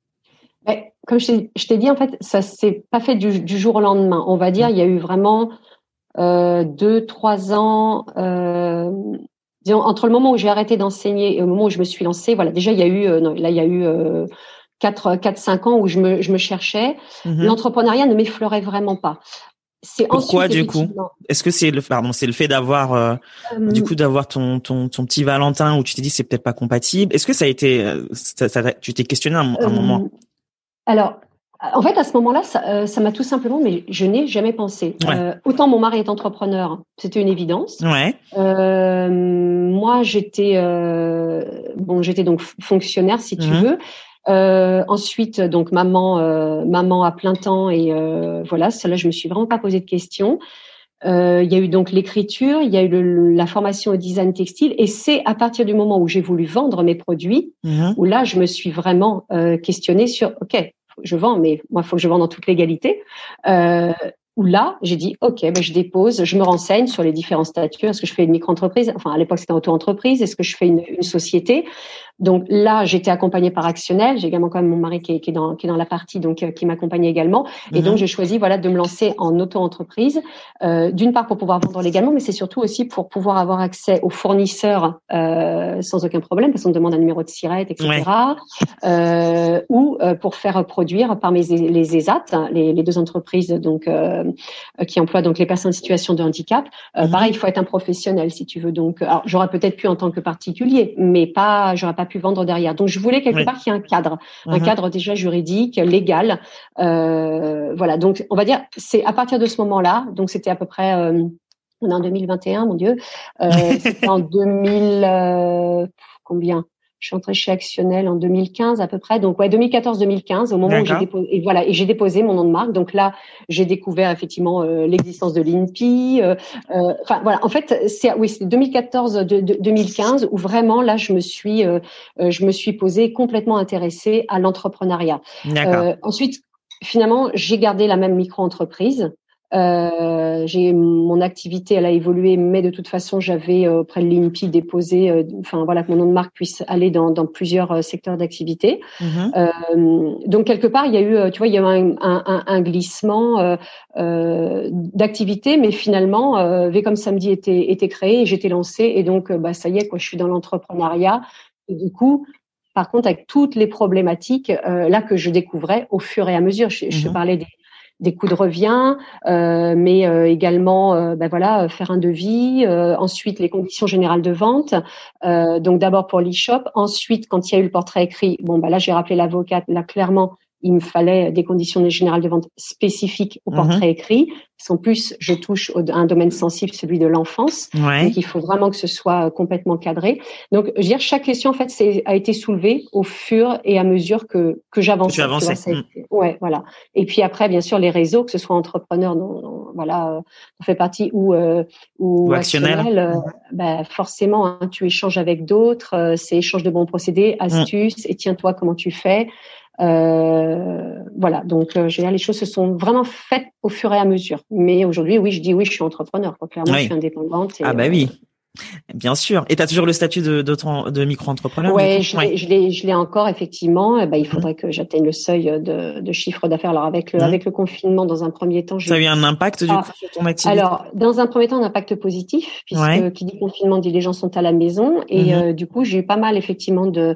Mais, comme je t'ai dit, en fait, ça s'est pas fait du, du jour au lendemain. On va dire, il y a eu vraiment euh, deux, trois ans. Euh, disons, entre le moment où j'ai arrêté d'enseigner et au moment où je me suis lancée, voilà, déjà il y a eu, euh, non, là il y a eu euh, quatre, quatre, cinq ans où je me, je me cherchais. Mm-hmm. L'entrepreneuriat ne m'effleurait vraiment pas. C'est Pourquoi ensuite, du coup? Est-ce que c'est le pardon, c'est le fait d'avoir euh, euh, du coup d'avoir ton ton ton petit Valentin où tu t'es dit c'est peut-être pas compatible? Est-ce que ça a été ça, ça, tu t'es questionné un, un euh, moment? Alors. En fait, à ce moment-là, ça, ça m'a tout simplement, mais je n'ai jamais pensé. Ouais. Euh, autant mon mari est entrepreneur, c'était une évidence. Ouais. Euh, moi, j'étais euh, bon, j'étais donc fonctionnaire, si tu mmh. veux. Euh, ensuite, donc maman, euh, maman à plein temps et euh, voilà. Cela, je me suis vraiment pas posé de questions. Euh, il y a eu donc l'écriture, il y a eu le, la formation au design textile, et c'est à partir du moment où j'ai voulu vendre mes produits mmh. où là, je me suis vraiment euh, questionnée sur, ok. Je vends, mais moi, il faut que je vende en toute légalité. Euh, où là, j'ai dit, OK, ben, je dépose, je me renseigne sur les différents statuts. Est-ce que je fais une micro-entreprise? Enfin, à l'époque, c'était une auto-entreprise. Est-ce que je fais une, une société? Donc là, j'étais accompagnée par Actionnel. J'ai également quand même mon mari qui est, qui est, dans, qui est dans la partie, donc euh, qui m'accompagnait également. Et mmh. donc, j'ai choisi voilà, de me lancer en auto-entreprise. Euh, d'une part, pour pouvoir vendre légalement, mais c'est surtout aussi pour pouvoir avoir accès aux fournisseurs euh, sans aucun problème, parce qu'on me demande un numéro de SIRET, et cetera. Ouais. Euh, ou euh, pour faire produire par mes les ESAT, les, les deux entreprises donc euh, qui emploient donc les personnes en situation de handicap. Euh, mmh. Pareil, il faut être un professionnel si tu veux. Donc, alors j'aurais peut-être pu en tant que particulier, mais pas, j'aurais pas pu vendre derrière. Donc, je voulais quelque oui. part qu'il y ait un cadre, mmh. un cadre déjà juridique, légal. Euh, voilà. Donc, on va dire, c'est à partir de ce moment-là. Donc, c'était à peu près, euh, on est en deux mille vingt et un, mon Dieu. Euh, c'était en deux mille, euh, combien? Je suis entrée chez Actionnel en deux mille quinze à peu près, donc ouais deux mille quatorze deux mille quinze au moment D'accord. où j'ai déposé et voilà et j'ai déposé mon nom de marque. Donc là j'ai découvert effectivement euh, l'existence de l'I N P I. Euh, euh, enfin voilà, en fait c'est oui c'est deux mille quatorze deux mille quinze où vraiment là je me suis euh, je me suis posée complètement intéressée à l'entrepreneuriat. Euh, ensuite finalement j'ai gardé la même micro-entreprise. Euh, j'ai mon activité, elle a évolué, mais de toute façon, j'avais euh, auprès de l'I N P I déposé, euh, enfin voilà, que mon nom de marque puisse aller dans, dans plusieurs euh, secteurs d'activité. Mmh. Euh, donc quelque part, il y a eu, tu vois, il y a eu un, un, un glissement euh, euh, d'activité, mais finalement, euh, V comme samedi était, était créé et j'étais lancée, et donc bah ça y est, quoi, je suis dans l'entrepreneuriat. Et du coup. Par contre, avec toutes les problématiques euh, là que je découvrais au fur et à mesure, je, mmh. je te parlais des des coûts de revient, euh, mais euh, également, euh, ben voilà, faire un devis. Euh, ensuite, les conditions générales de vente. Euh, donc d'abord pour l'e-shop. Ensuite, quand il y a eu le portrait écrit, bon, ben là, j'ai rappelé l'avocate. Là, clairement, il me fallait des conditions générales de vente spécifiques au portrait mmh. écrit. Parce qu'en plus, je touche à un domaine sensible, celui de l'enfance. Ouais. Donc, il faut vraiment que ce soit complètement cadré. Donc, je veux dire, chaque question, en fait, c'est, a été soulevée au fur et à mesure que, que j'avançais. Que tu avançais. Tu vois, mmh. Ouais, voilà. Et puis après, bien sûr, les réseaux, que ce soit entrepreneurs, dont, dont voilà, euh, on fait partie, ou, euh, ou, ou actionnel, actionnel, euh, mmh. ben, forcément, hein, tu échanges avec d'autres, euh, c'est échange de bons procédés, astuces, mmh. et tiens-toi, comment tu fais. Euh, voilà, donc euh, je veux dire, les choses se sont vraiment faites au fur et à mesure. Mais aujourd'hui, oui, je dis oui, je suis entrepreneur. Quoi. Clairement, oui. je suis indépendante. Et, ah bah euh, oui, bien sûr. Et tu as toujours le statut de, de, de micro-entrepreneur? Ouais, du coup je, ouais. l'ai, je l'ai, je l'ai encore effectivement. Et ben, il faudrait mmh. que j'atteigne le seuil de, de chiffre d'affaires. Alors avec le, mmh. avec le confinement, dans un premier temps, j'ai ça a eu un impact du ah, coup sur ton activité? Alors, dans un premier temps, un impact positif, puisque ouais. qui dit confinement dit les gens sont à la maison, et mmh. euh, du coup, j'ai eu pas mal effectivement de,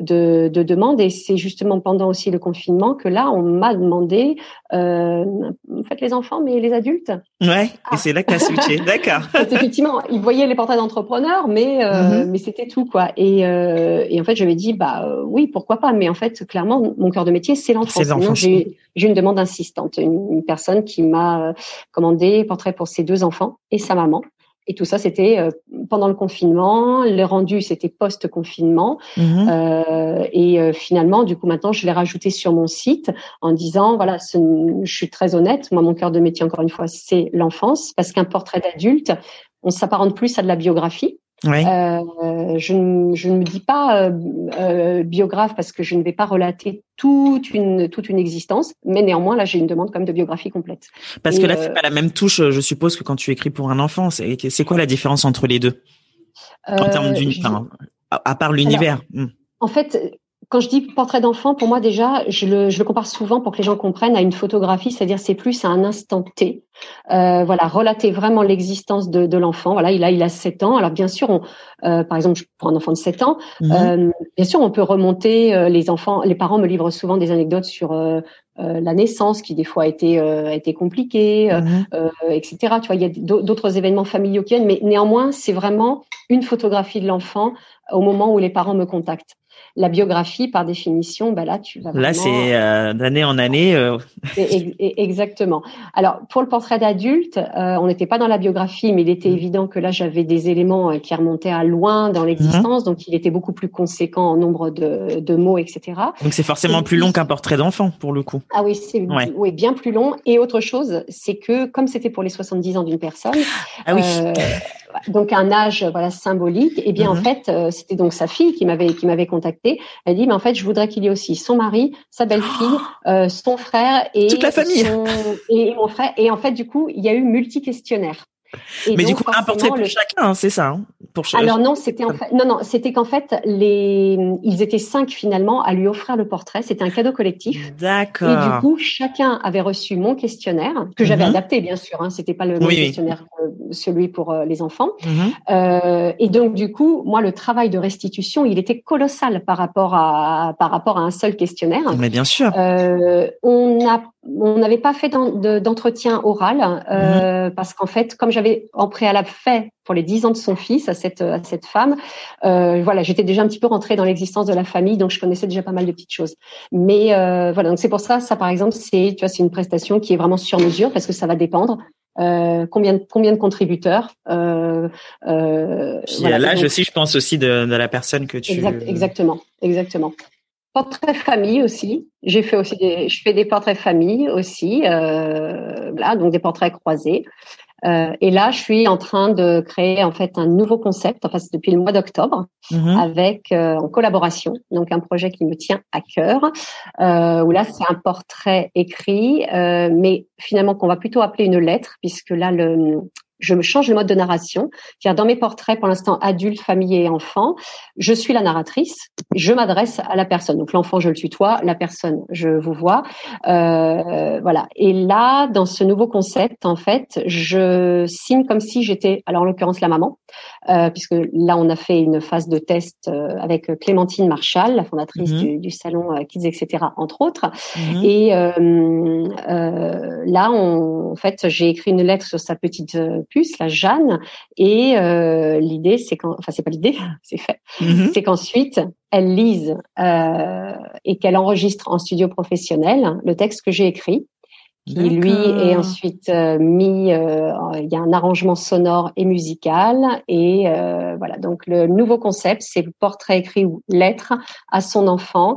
de de demandes, et c'est justement pendant aussi le confinement que là, on m'a demandé, euh, faites les enfants, mais les adultes. Ouais. Ah. Et c'est là que t'as switché. D'accord. Effectivement, ils voyaient les portraits d'entrepreneurs, mais euh, mmh. mais c'était tout quoi. Et euh, et en fait, je m'ai dit bah euh, oui, pourquoi pas. Mais en fait, clairement, mon cœur de métier, c'est l'enfance. C'est l'enfance. Sinon, j'ai j'ai une demande insistante, une, une personne qui m'a commandé portrait pour ses deux enfants et sa maman. Et tout ça, c'était euh, pendant le confinement. Le rendu, c'était post-confinement. Mmh. Euh, et euh, finalement, du coup, maintenant, je l'ai rajouté sur mon site en disant, voilà, ce, je suis très honnête. Moi, mon cœur de métier, encore une fois, c'est l'enfance, parce qu'un portrait d'adulte, on s'apparente plus à de la biographie. Oui. Euh, je, ne, je ne me dis pas euh, euh, biographe parce que je ne vais pas relater toute une toute une existence, mais néanmoins là j'ai une demande quand même de biographie complète. Parce Et que là euh, c'est pas la même touche, je suppose, que quand tu écris pour un enfant. C'est, c'est quoi la différence entre les deux euh, en termes d'univers, à, à part l'univers? Alors, hmm. En fait. Quand je dis portrait d'enfant, pour moi déjà, je le, je le compare souvent pour que les gens comprennent à une photographie, c'est-à-dire c'est plus à un instant T. Euh, voilà, relater vraiment l'existence de, de l'enfant. Voilà, il a, il a sept ans. Alors bien sûr, on, euh, par exemple, pour un enfant de sept ans, mmh. euh, bien sûr, on peut remonter. Euh, les enfants, les parents me livrent souvent des anecdotes sur euh, euh, la naissance, qui des fois a été, euh, a été compliquée, mmh. euh, et cetera. Tu vois, il y a d'autres événements familiaux qui viennent, mais néanmoins, c'est vraiment une photographie de l'enfant au moment où les parents me contactent. La biographie, par définition, bah là, tu vas vraiment... Là, c'est euh, d'année en année. Euh... et, et, exactement. Alors, pour le portrait d'adulte, euh, on n'était pas dans la biographie, mais il était mmh. évident que là, j'avais des éléments qui remontaient à loin dans l'existence, mmh. donc il était beaucoup plus conséquent en nombre de, de mots, et cetera. Donc, c'est forcément et plus puis... long qu'un portrait d'enfant, pour le coup. Ah oui, c'est ouais. oui, bien plus long. Et autre chose, c'est que, comme c'était pour les soixante-dix ans d'une personne, ah oui. euh, donc un âge voilà symbolique, et bien mmh. en fait, euh, c'était donc sa fille qui m'avait qui m'avait contacté. Elle dit, mais en fait, je voudrais qu'il y ait aussi son mari, sa belle-fille, euh, son frère et toute la famille. Son, et mon frère. Et en fait, du coup, il y a eu multi-questionnaires. Et mais donc, du coup, un portrait pour le... chacun, hein, c'est ça. Hein, pour chaque... Alors non, c'était en fait, non, non, c'était qu'en fait, les, ils étaient cinq finalement à lui offrir le portrait. C'était un cadeau collectif. D'accord. Et du coup, chacun avait reçu mon questionnaire que j'avais mm-hmm. adapté, bien sûr. Hein, c'était pas le oui, même questionnaire oui. que celui pour euh, les enfants. Mm-hmm. Euh, et donc, du coup, moi, le travail de restitution, il était colossal par rapport à par rapport à un seul questionnaire. Mais bien sûr. Euh, on a On n'avait pas fait d'entretien oral euh, mmh. parce qu'en fait, comme j'avais en préalable fait pour les dix ans de son fils à cette à cette femme, euh, voilà, j'étais déjà un petit peu rentrée dans l'existence de la famille, donc je connaissais déjà pas mal de petites choses. Mais euh, voilà, donc c'est pour ça, ça par exemple, c'est tu vois, c'est une prestation qui est vraiment sur mesure parce que ça va dépendre. Euh, combien de combien de contributeurs euh, euh, Puis voilà, l'âge aussi, je pense aussi de, de la personne que tu. Exact, exactement, exactement. Portrait famille aussi. J'ai fait aussi des, je fais des portraits famille aussi, euh, là, donc des portraits croisés. Euh, et là, je suis en train de créer en fait un nouveau concept. Enfin, c'est depuis le mois d'octobre, mmh. avec euh, en collaboration, donc un projet qui me tient à cœur. Euh, où là, c'est un portrait écrit, euh, mais finalement qu'on va plutôt appeler une lettre, puisque là le je me change le mode de narration. C'est-à-dire, dans mes portraits, pour l'instant, adultes, famille et enfants, je suis la narratrice. Je m'adresse à la personne. Donc, l'enfant, je le tutoie. La personne, je vous vois. Euh, voilà. Et là, dans ce nouveau concept, en fait, je signe comme si j'étais, alors en l'occurrence, la maman, euh, puisque là, on a fait une phase de test euh, avec Clémentine Marchal, la fondatrice mmh. du, du salon euh, Kids, et cetera, entre autres. Mmh. Et euh, euh, là, on, en fait, j'ai écrit une lettre sur sa petite puce, la Jeanne. Et euh, l'idée, c'est qu'en, enfin c'est pas l'idée, c'est fait, mm-hmm. c'est qu'ensuite elle lise euh, et qu'elle enregistre en studio professionnel le texte que j'ai écrit, qui D'accord. lui est ensuite euh, mis. Euh, il y a un arrangement sonore et musical, et euh, voilà. Donc le nouveau concept, c'est le portrait écrit ou lettre à son enfant,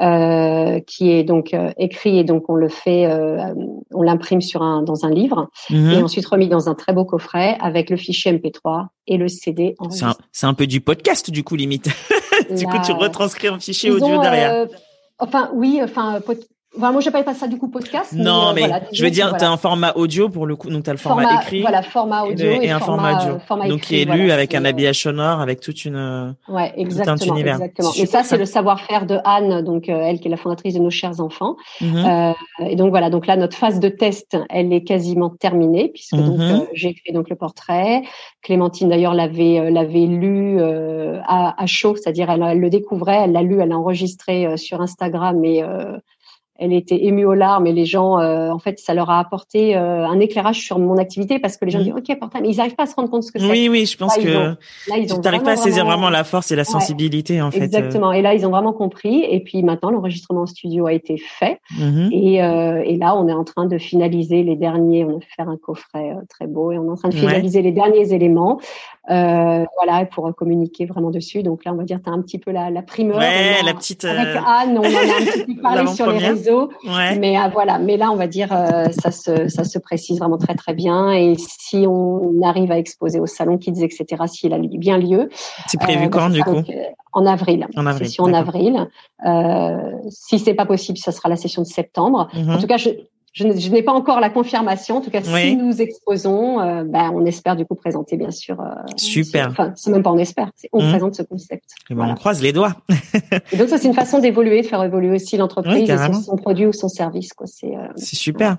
euh, qui est donc euh, écrit, et donc on le fait, euh, on l'imprime sur un dans un livre, mmh. et ensuite remis dans un très beau coffret avec le fichier M P trois et le C D enregistré. C'est un, c'est un peu du podcast du coup limite. Du Là, coup, tu retranscris un fichier audio ont, derrière. Euh, enfin oui, enfin. Pot- Enfin, moi, je n'appelle pas ça du coup podcast. Non, mais, euh, mais voilà, je veux dire, voilà. Tu as un format audio pour le coup, donc tu as le format, format écrit. Voilà, format audio et, le, et, et un format, format audio. Format donc, écrit, qui est lu voilà, avec c'est... un habillage sonore, avec toute une. Ouais, exactement. Tout un univers. Exactement. Et ça, ça, c'est le savoir-faire de Anne, donc, euh, elle qui est la fondatrice de Nos Chers Enfants. Mm-hmm. Euh, et donc, voilà. Donc là, notre phase de test, elle est quasiment terminée, puisque mm-hmm. donc, euh, j'ai fait donc le portrait. Clémentine, d'ailleurs, l'avait, euh, l'avait lu, euh, à, à chaud, c'est-à-dire, elle, elle le découvrait, elle l'a lu, elle l'a enregistré euh, sur Instagram, et, euh, elle était émue aux larmes, et les gens, euh, en fait, ça leur a apporté euh, un éclairage sur mon activité, parce que les gens mmh. disent ok, portable, mais ils n'arrivent pas à se rendre compte de ce que c'est. Oui, oui, je pense là, que ils ont, là, ils tu n'arrives pas à saisir vraiment... vraiment la force et la sensibilité, ouais, en fait. Exactement. Et là, ils ont vraiment compris. Et puis maintenant, l'enregistrement en studio a été fait. Mmh. Et, euh, et là, on est en train de finaliser les derniers. On a fait faire un coffret euh, très beau, et on est en train de finaliser ouais. les derniers éléments. Euh, voilà, pour communiquer vraiment dessus. Donc là, on va dire, tu as un petit peu la, la primeur. Ouais, la petite. Avec Anne, on en a un petit peu parlé sur les réseaux. Ouais. Mais euh, voilà, mais là, on va dire, euh, ça se, ça se précise vraiment très très bien. Et si on arrive à exposer au salon Kids, et cetera, s'il a bien lieu. C'est prévu euh, quand bah, du coup? Donc, euh, en avril. En avril. Session en avril. Euh, si c'est pas possible, ça sera la session de septembre. Mm-hmm. En tout cas, je. Je, je n'ai pas encore la confirmation. En tout cas, oui. si nous exposons, euh, ben, on espère du coup présenter, bien sûr. Euh, Super. Sur, enfin, c'est même pas on espère, c'est on mmh. présente ce concept. Et ben, voilà. On croise les doigts. Et donc ça, c'est une façon d'évoluer, de faire évoluer aussi l'entreprise, oui, et son, son produit ou son service, quoi. C'est. Euh, c'est super. Ouais.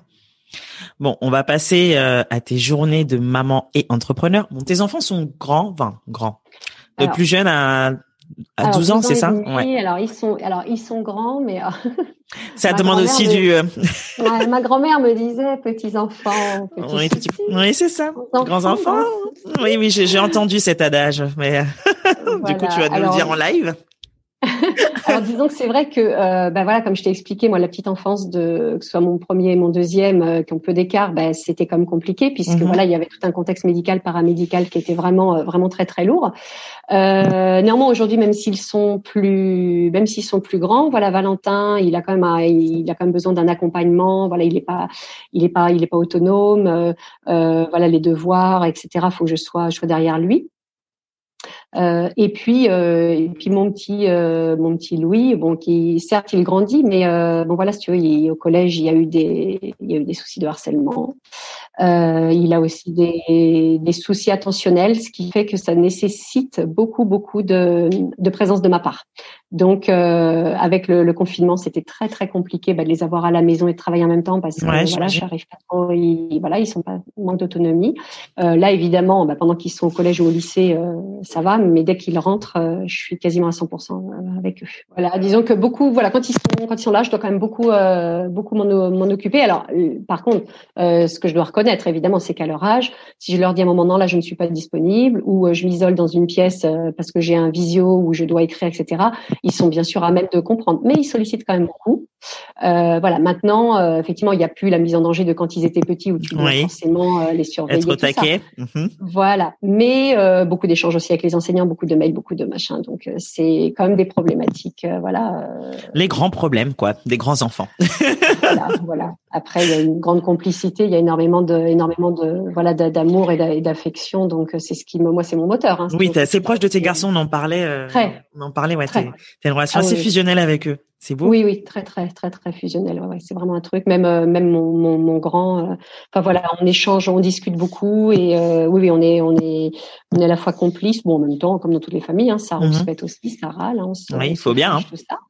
Bon, on va passer euh, à tes journées de maman et entrepreneur. Bon, tes enfants sont grands, enfin grands, de alors, plus jeune à à alors, douze ans, c'est ça? Ouais. Alors ils sont, alors ils sont grands, mais. Ça demande aussi me, du. Euh... ma, ma grand-mère me disait petits enfants. Petits oui, petits, oui, c'est ça. Enfants, grands enfants. enfants. Oui, oui, j'ai, j'ai entendu cet adage, mais voilà. Du coup, tu vas nous alors, le dire en live. Alors disons que c'est vrai que euh, ben voilà, comme je t'ai expliqué, moi la petite enfance de que ce soit mon premier et mon deuxième euh, qui ont peu d'écart, ben c'était comme compliqué puisque mm-hmm. voilà, il y avait tout un contexte médical, paramédical qui était vraiment euh, vraiment très très lourd. Euh, néanmoins aujourd'hui, même s'ils sont plus même s'ils sont plus grands, voilà, Valentin, il a quand même un, il a quand même besoin d'un accompagnement, voilà, il est pas il est pas il est pas autonome, euh, euh, voilà, les devoirs, et cetera, faut que je sois je sois derrière lui. Euh, et puis, euh, et puis mon petit, euh, mon petit Louis, bon, qui certes il grandit, mais euh, bon voilà, si tu veux, il, au collège il y a eu des, il y a eu des soucis de harcèlement. Euh, il a aussi des, des soucis attentionnels, ce qui fait que ça nécessite beaucoup, beaucoup de, de présence de ma part. Donc, euh, avec le, le confinement, c'était très, très compliqué bah, de les avoir à la maison et de travailler en même temps parce que ouais, voilà, j'arrive pas trop. Ils, voilà, ils sont pas manque d'autonomie. Euh, là, évidemment, bah, pendant qu'ils sont au collège ou au lycée, euh, ça va, mais dès qu'ils rentrent, euh, je suis quasiment à cent pour cent avec eux. Voilà, disons que beaucoup, voilà, quand ils sont, quand ils sont là, je dois quand même beaucoup, euh, beaucoup m'en, m'en occuper. Alors, euh, par contre, euh, ce que je dois reconnaître, évidemment, c'est qu'à leur âge, si je leur dis à un moment, non, là, je ne suis pas disponible, ou euh, je m'isole dans une pièce euh, parce que j'ai un visio où je dois écrire, et cetera. Ils sont bien sûr à même de comprendre, mais ils sollicitent quand même beaucoup. Euh, voilà. Maintenant, euh, effectivement, il n'y a plus la mise en danger de quand ils étaient petits où tu dois oui. forcément euh, les surveiller. Être au taquet. Mmh. Voilà. Mais euh, beaucoup d'échanges aussi avec les enseignants, beaucoup de mails, beaucoup de machins. Donc euh, c'est quand même des problématiques. Euh, voilà. Euh... Les grands problèmes, quoi, des grands enfants. voilà, voilà. Après, il y a une grande complicité, il y a énormément de, énormément de, voilà, d'amour et d'affection. Donc c'est ce qui me, moi, c'est mon moteur. Hein. Oui, t'es assez proche de tes garçons, on en parlait. Euh, très. On en parlait, ouais. T'as une relation ah, assez oui, fusionnelle oui. avec eux. C'est beau. Oui, oui, très, très, très, très fusionnel. Ouais, ouais, c'est vraiment un truc. Même, euh, même mon, mon, mon grand. Euh, enfin voilà, on échange, on discute beaucoup et euh, oui, oui, on est, on est, on est à la fois complices. Bon, en même temps, comme dans toutes les familles, hein, ça rouspète mm-hmm. aussi, ça râle. Hein, on se, oui, il faut bien. Hein. Tout ça.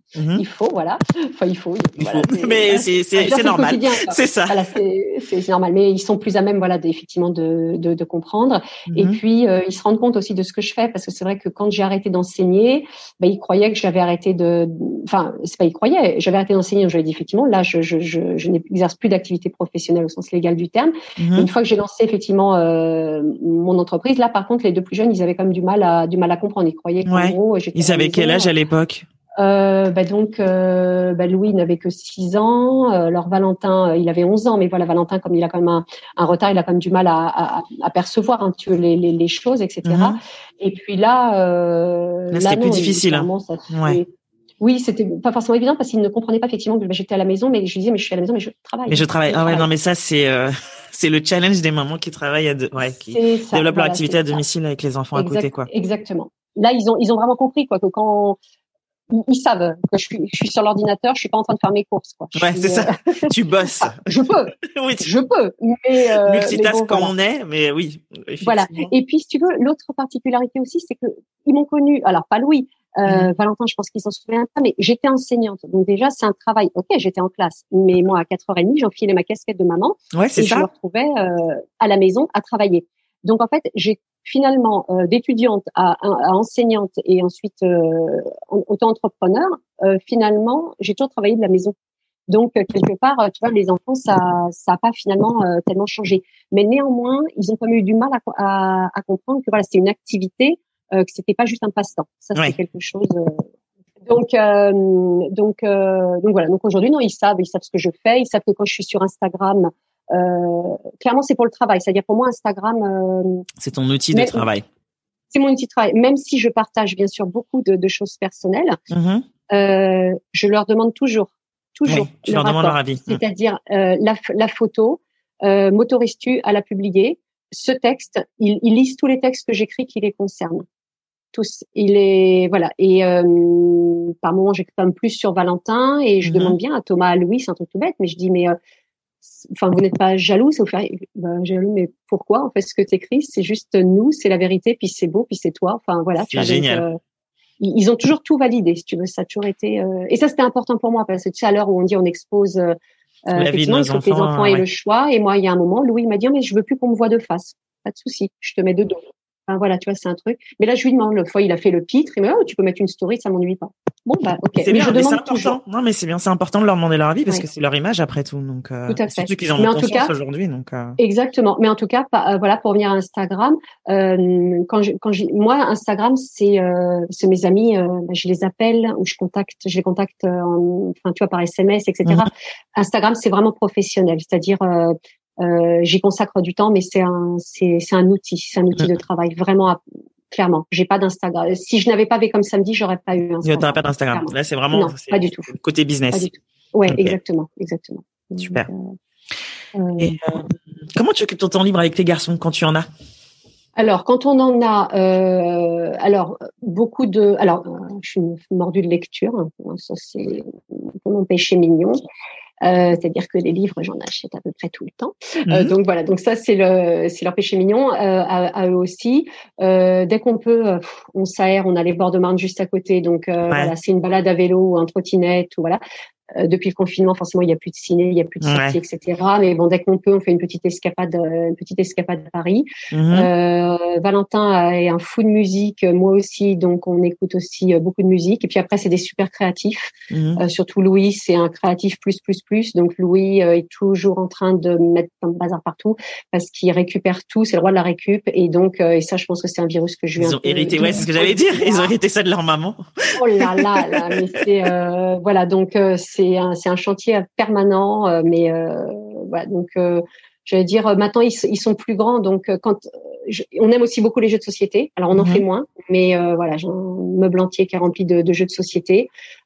Mmh. Il faut, voilà. Enfin, il faut. Il voilà, faut. Mais c'est, c'est, c'est, c'est normal. C'est ça. Voilà, c'est, c'est, c'est normal. Mais ils sont plus à même, voilà, effectivement, de, de, de comprendre. Mmh. Et puis, euh, ils se rendent compte aussi de ce que je fais, parce que c'est vrai que quand j'ai arrêté d'enseigner, ben, ils croyaient que j'avais arrêté de, enfin, c'est pas ils croyaient, j'avais arrêté d'enseigner. Donc, je leur ai dit, effectivement, là, je, je, je, je n'exerce plus d'activité professionnelle au sens légal du terme. Mmh. Une fois que j'ai lancé, effectivement, euh, mon entreprise, là, par contre, les deux plus jeunes, ils avaient quand même du mal à, du mal à comprendre. Ils croyaient qu'en ouais. gros, j'étais Ils avaient quel âge à l'époque? Euh, bah donc, euh, bah Louis n'avait que six ans. Euh, alors Valentin, euh, il avait onze ans. Mais voilà, Valentin, comme il a quand même un, un retard, il a quand même du mal à, à, à percevoir hein, tu veux, les, les, les choses, et cetera. Mm-hmm. Et puis là, euh, là, c'était plus difficile. Hein. Ça fait... ouais. Oui, c'était pas forcément évident parce qu'il ne comprenait pas effectivement que bah, j'étais à la maison, mais je lui disais mais je suis à la maison, mais je travaille. Mais je travaille. Ah ouais, non, mais ça c'est euh, c'est le challenge des mamans qui travaillent, à de... ouais, qui ça, développent voilà, leur activité à domicile ça. Avec les enfants exact, à côté, quoi. Exactement. Là, ils ont ils ont vraiment compris quoi que quand ils savent que je suis, je suis sur l'ordinateur, je suis pas en train de faire mes courses, quoi. Ouais, suis, c'est ça. Euh... tu bosses. Ah, je peux. oui. Je peux. Mais, euh, multitask mais bon, quand voilà. on est, mais oui. Voilà. Et puis, si tu veux, l'autre particularité aussi, c'est que ils m'ont connue. Alors, pas Louis. Euh, mmh. Valentin, je pense qu'ils s'en souviennent pas, mais j'étais enseignante. Donc déjà, c'est un travail. Ok, j'étais en classe. Mais moi, à quatre heures trente, j'enfilais ma casquette de maman. Ouais, c'est et ça. je me retrouvais euh, à la maison à travailler. Donc, en fait, j'ai finalement, euh, d'étudiante à, à enseignante et ensuite euh, auto-entrepreneur, euh, finalement, j'ai toujours travaillé de la maison. Donc, euh, quelque part, tu vois, les enfants, ça ça a pas finalement euh, tellement changé. Mais néanmoins, ils ont quand même eu du mal à, à, à comprendre que voilà, c'était une activité, euh, que c'était pas juste un passe-temps. Ça, ouais. C'est quelque chose... Euh... Donc, euh, donc, euh, donc voilà. Donc aujourd'hui, non, ils savent, ils savent ce que je fais. Ils savent que quand je suis sur Instagram... Euh, clairement, c'est pour le travail. C'est-à-dire pour moi, Instagram. Euh, c'est ton outil de travail. C'est mon outil de travail. Même si je partage bien sûr beaucoup de, de choses personnelles, mm-hmm. euh, je leur demande toujours, toujours. Oui, tu leur demandes leur avis. C'est-à-dire euh, la, la photo. Euh, m'autorises-tu à la publier? Ce texte, ils, ils lisent tous les textes que j'écris qui les concernent. Tous. Il est voilà. Et euh, par moments, j'écris quand même plus sur Valentin et je mm-hmm. demande bien à Thomas, à Louis, c'est un truc tout bête, mais je dis mais euh, enfin, vous n'êtes pas jaloux, ça vous fait, ben, jaloux, mais pourquoi? En fait, ce que t'écris, c'est juste nous, c'est la vérité, puis c'est beau, puis c'est toi. Enfin, voilà. C'est génial. Donc, euh, ils ont toujours tout validé, si tu veux. Ça a toujours été, euh... et ça, c'était important pour moi, parce que tu sais, à l'heure où on dit on expose, euh, la vie de nos il faut enfants, que les enfants ouais. aient le choix. Et moi, il y a un moment, Louis m'a dit, oh, mais je veux plus qu'on me voit de face. Pas de souci. Je te mets de dos. Enfin, voilà, tu vois, c'est un truc. Mais là, je lui demande, l'autre fois, il a fait le pitre, il m'a dit, oh, tu peux mettre une story, ça m'ennuie pas. Bon, bah, ok. C'est mais bien, je mais demande c'est important. toujours. Non, mais c'est bien, c'est important de leur demander leur avis parce ouais. que c'est leur image après tout. Donc, euh, tout à fait. Surtout qu'ils en ont mais en conscience tout cas, aujourd'hui, donc. Euh... Exactement. Mais en tout cas, euh, voilà, pour revenir à Instagram, euh, quand je, quand je, moi, Instagram, c'est, euh, c'est mes amis, euh, je les appelle ou je contacte, je les contacte, en, enfin, tu vois, par S M S, et cetera. Mm-hmm. Instagram, c'est vraiment professionnel, c'est-à-dire. Euh, euh, j'y consacre du temps, mais c'est un, c'est, c'est un outil, c'est un outil mm-hmm. de travail vraiment. À, Clairement, j'ai pas d'Instagram. Si je n'avais pas fait comme samedi, j'aurais pas eu Instagram. T'aurais pas d'Instagram. Clairement. Là, c'est vraiment non, c'est, pas du tout. Côté business. Pas du tout. Ouais, okay. exactement, exactement. Super. Donc, euh, Et euh, comment tu occupes ton temps libre avec tes garçons quand tu en as? Alors, quand on en a, euh, alors beaucoup de, alors, je suis mordue de lecture. Hein, ça c'est mon péché mignon. Euh, c'est-à-dire que les livres, j'en achète à peu près tout le temps. Mm-hmm. Euh, donc voilà, donc ça c'est le, c'est leur péché mignon euh, à, à eux aussi. Euh, dès qu'on peut, euh, on s'aère, on a les bords de Marne juste à côté, donc euh, ouais. voilà, c'est une balade à vélo ou un trottinette ou voilà. Euh, depuis le confinement, forcément, il y a plus de ciné, il y a plus de sorties, ouais. et cetera. Mais bon, dès qu'on peut, on fait une petite escapade, une petite escapade à Paris. Mm-hmm. Euh, Valentin est un fou de musique, moi aussi, donc on écoute aussi beaucoup de musique. Et puis après, c'est des super créatifs. Mm-hmm. Euh, surtout Louis, c'est un créatif plus plus plus. Donc Louis euh, est toujours en train de mettre un bazar partout parce qu'il récupère tout. C'est le roi de la récup. Et donc, euh, et ça, je pense que c'est un virus que je lui ai. Ils ont hérité, ouais, c'est ce que j'allais dire. Ils ont hérité ça de leur maman. Oh là là là, mais c'est euh, voilà, donc euh, c'est C'est un, c'est un chantier permanent, euh, mais euh, voilà. Donc, euh, j'allais dire, maintenant ils, ils sont plus grands, donc quand je, on aime aussi beaucoup les jeux de société. Alors on en mm-hmm. fait moins, mais euh, voilà, j'ai un meuble entier qui est rempli de, de jeux de société.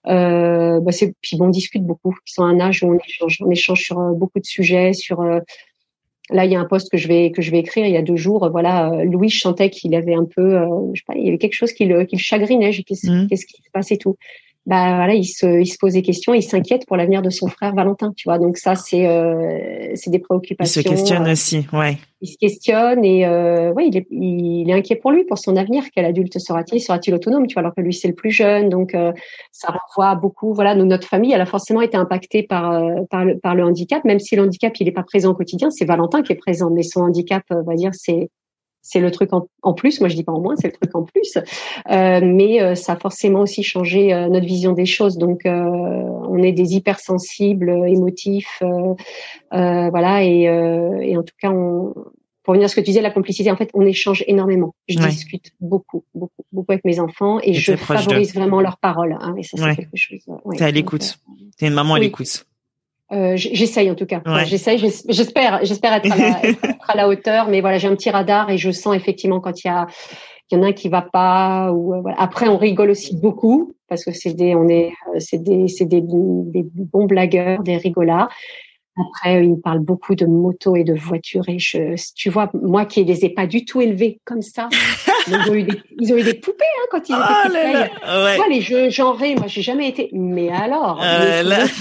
Euh, bah c'est puis bon, on discute beaucoup. Ils sont à un âge où on échange, on échange sur euh, beaucoup de sujets. Sur euh, là, il y a un post que je vais que je vais écrire. Il y a deux jours, voilà, euh, Louis chantait qu'il avait un peu, euh, je sais pas, il y avait quelque chose qui le qui le chagrinait. J'ai, qu'est-ce, mm-hmm. qu'est-ce qui se passe et tout. bah voilà, il se, il se pose des questions, il s'inquiète pour l'avenir de son frère Valentin, tu vois. Donc ça, c'est, euh, c'est des préoccupations. Il se questionne euh, aussi, ouais. Il se questionne et euh, ouais, il est, il est inquiet pour lui, pour son avenir. Quel adulte sera-t-il? Sera-t-il autonome? Tu vois, alors que lui c'est le plus jeune, donc euh, ça renvoie beaucoup. Voilà, nous, notre famille, elle a forcément été impactée par euh, par le par le handicap, même si le handicap il est pas présent au quotidien. C'est Valentin qui est présent, mais son handicap, on va dire, c'est C'est le truc en, en plus. Moi, je dis pas en moins, c'est le truc en plus. Euh, mais euh, ça a forcément aussi changé euh, notre vision des choses. Donc, euh, on est des hypersensibles, émotifs, euh, euh, voilà. Et, euh, et en tout cas, on, pour revenir à ce que tu disais, la complicité, en fait, on échange énormément. Je ouais. discute beaucoup, beaucoup, beaucoup avec mes enfants et, et je favorise de... vraiment leurs paroles. Hein, et ça, c'est ouais. quelque chose. Ouais, T'es à l'écoute. Euh, T'es une maman à oui. l'écoute. Euh, j'essaye en tout cas. Ouais. Enfin, j'essaye, j'espère, j'espère être à, la, être à la hauteur. Mais voilà, j'ai un petit radar et je sens effectivement quand il y a, il y en a un qui va pas. Ou voilà. Après, on rigole aussi beaucoup parce que c'est des, on est, c'est des, c'est des, des bons blagueurs, des rigolards. Après, ils me parlent beaucoup de motos et de voitures et je, tu vois, moi qui les ai pas du tout élevés comme ça. Ils ont eu des, ils ont eu des poupées hein, quand ils étaient oh petits. Là là, ouais. Tu vois, les jeux genrés, moi j'ai jamais été. Mais alors. Euh, mais là...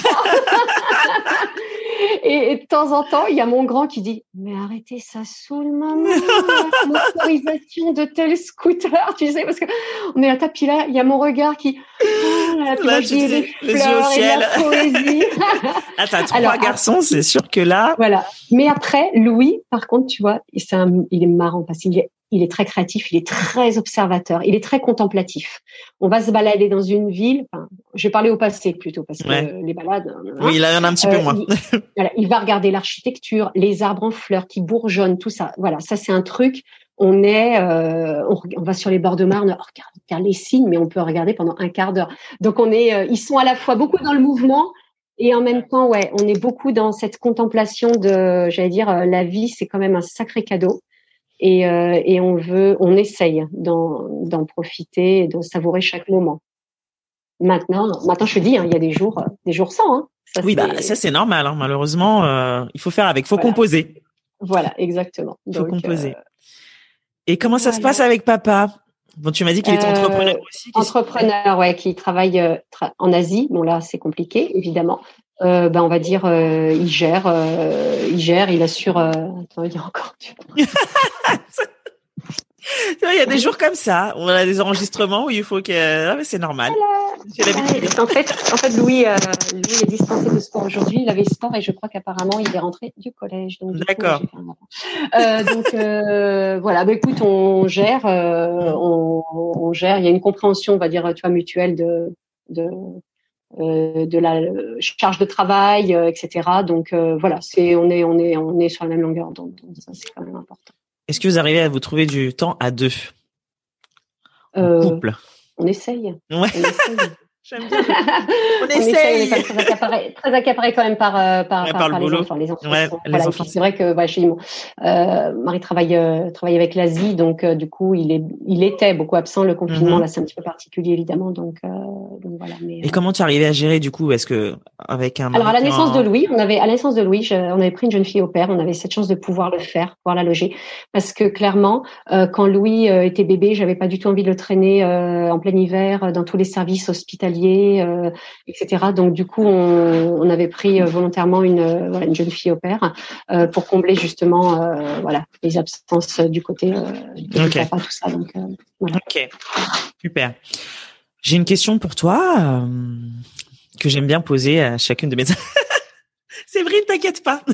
Et, et de temps en temps, il y a mon grand qui dit « Mais arrêtez, ça saoule, maman, la motorisation de tel scooter, tu sais, parce que on est à tapis là, il y a mon regard qui... Oh, là, puis là, je dis les fleurs et la poésie. » Ah, t'as trois Alors, garçons, c'est sûr que là... Voilà. Mais après, Louis, par contre, tu vois, c'est un, il est marrant parce qu'il est Il est très créatif, il est très observateur, il est très contemplatif. On va se balader dans une ville. Enfin, je vais parler au passé plutôt parce que ouais. les balades. Hein, oui, il y en a un petit euh, peu moins. Il, voilà, il va regarder l'architecture, les arbres en fleurs qui bourgeonnent, tout ça. Voilà, ça c'est un truc. On est, euh, on, on va sur les bords de Marne, on regarde, on regarde les signes, mais on peut regarder pendant un quart d'heure. Donc on est, euh, ils sont à la fois beaucoup dans le mouvement. Et en même temps, ouais, on est beaucoup dans cette contemplation de, j'allais dire, euh, la vie, c'est quand même un sacré cadeau. Et, euh, et on veut, on essaye d'en, d'en profiter et de savourer chaque moment. Maintenant, maintenant je te dis, hein, il y a des jours, des jours sans. Hein. Ça, oui, c'est... bah ça c'est normal. Hein. Malheureusement, euh, il faut faire avec. Il faut voilà. composer. Voilà, exactement. Il faut Donc, composer. Euh... Et comment voilà. ça se passe avec papa? Bon, tu m'as dit qu'il était euh, entrepreneur aussi. Entrepreneur, ouais, qui travaille euh, tra- en Asie. Bon là, c'est compliqué, évidemment. Euh, ben on va dire, euh, il gère, euh, il gère, il assure. Euh... Attends, il y a encore. Il y a des jours comme ça, on a des enregistrements où il faut que, ah, mais c'est normal. Voilà. En fait, en fait, Louis, euh, Louis est dispensé de sport aujourd'hui. Il avait sport et je crois qu'apparemment il est rentré du collège. Donc, du D'accord. Coup, euh, donc euh, voilà. Bah écoute, on gère, euh, on, on gère. Il y a une compréhension, on va dire, tu vois, mutuelle de de euh, de la charge de travail, euh, et cetera. Donc euh, voilà, c'est on est on est on est sur la même longueur d'onde. Donc ça c'est quand même important. Est-ce que vous arrivez à vous trouver du temps à deux? En euh, couple? On essaye. Ouais. On essaye. J'aime bien. On, on essaye. On est très accaparé, très accaparé quand même par euh, par, ouais, par, par, par le les boulot. enfants. Les enfants. Ouais, sont, les voilà, enfants. C'est vrai que bah, chez moi, euh, Marie travaille euh, travaille avec l'Asie, donc euh, du coup il est il était beaucoup absent. Le confinement mm-hmm. là c'est un petit peu particulier évidemment, donc, euh, donc voilà. Mais, et euh... comment tu arrivais à gérer du coup? Est-ce que avec un alors à la naissance de Louis, on avait à la naissance de Louis, je, on avait pris une jeune fille au père. On avait cette chance de pouvoir le faire, pouvoir la loger, parce que clairement euh, quand Louis euh, était bébé, j'avais pas du tout envie de le traîner euh, en plein hiver euh, dans tous les services hospitaliers. Euh, et cetera. Donc du coup, on, on avait pris euh, volontairement une, euh, voilà, une jeune fille au père euh, pour combler justement euh, voilà les absences euh, du côté, euh, du côté okay. papa, tout ça. Donc euh, voilà. Ok, super. J'ai une question pour toi euh, que j'aime bien poser à chacune de mes. Séverine, t'inquiète pas.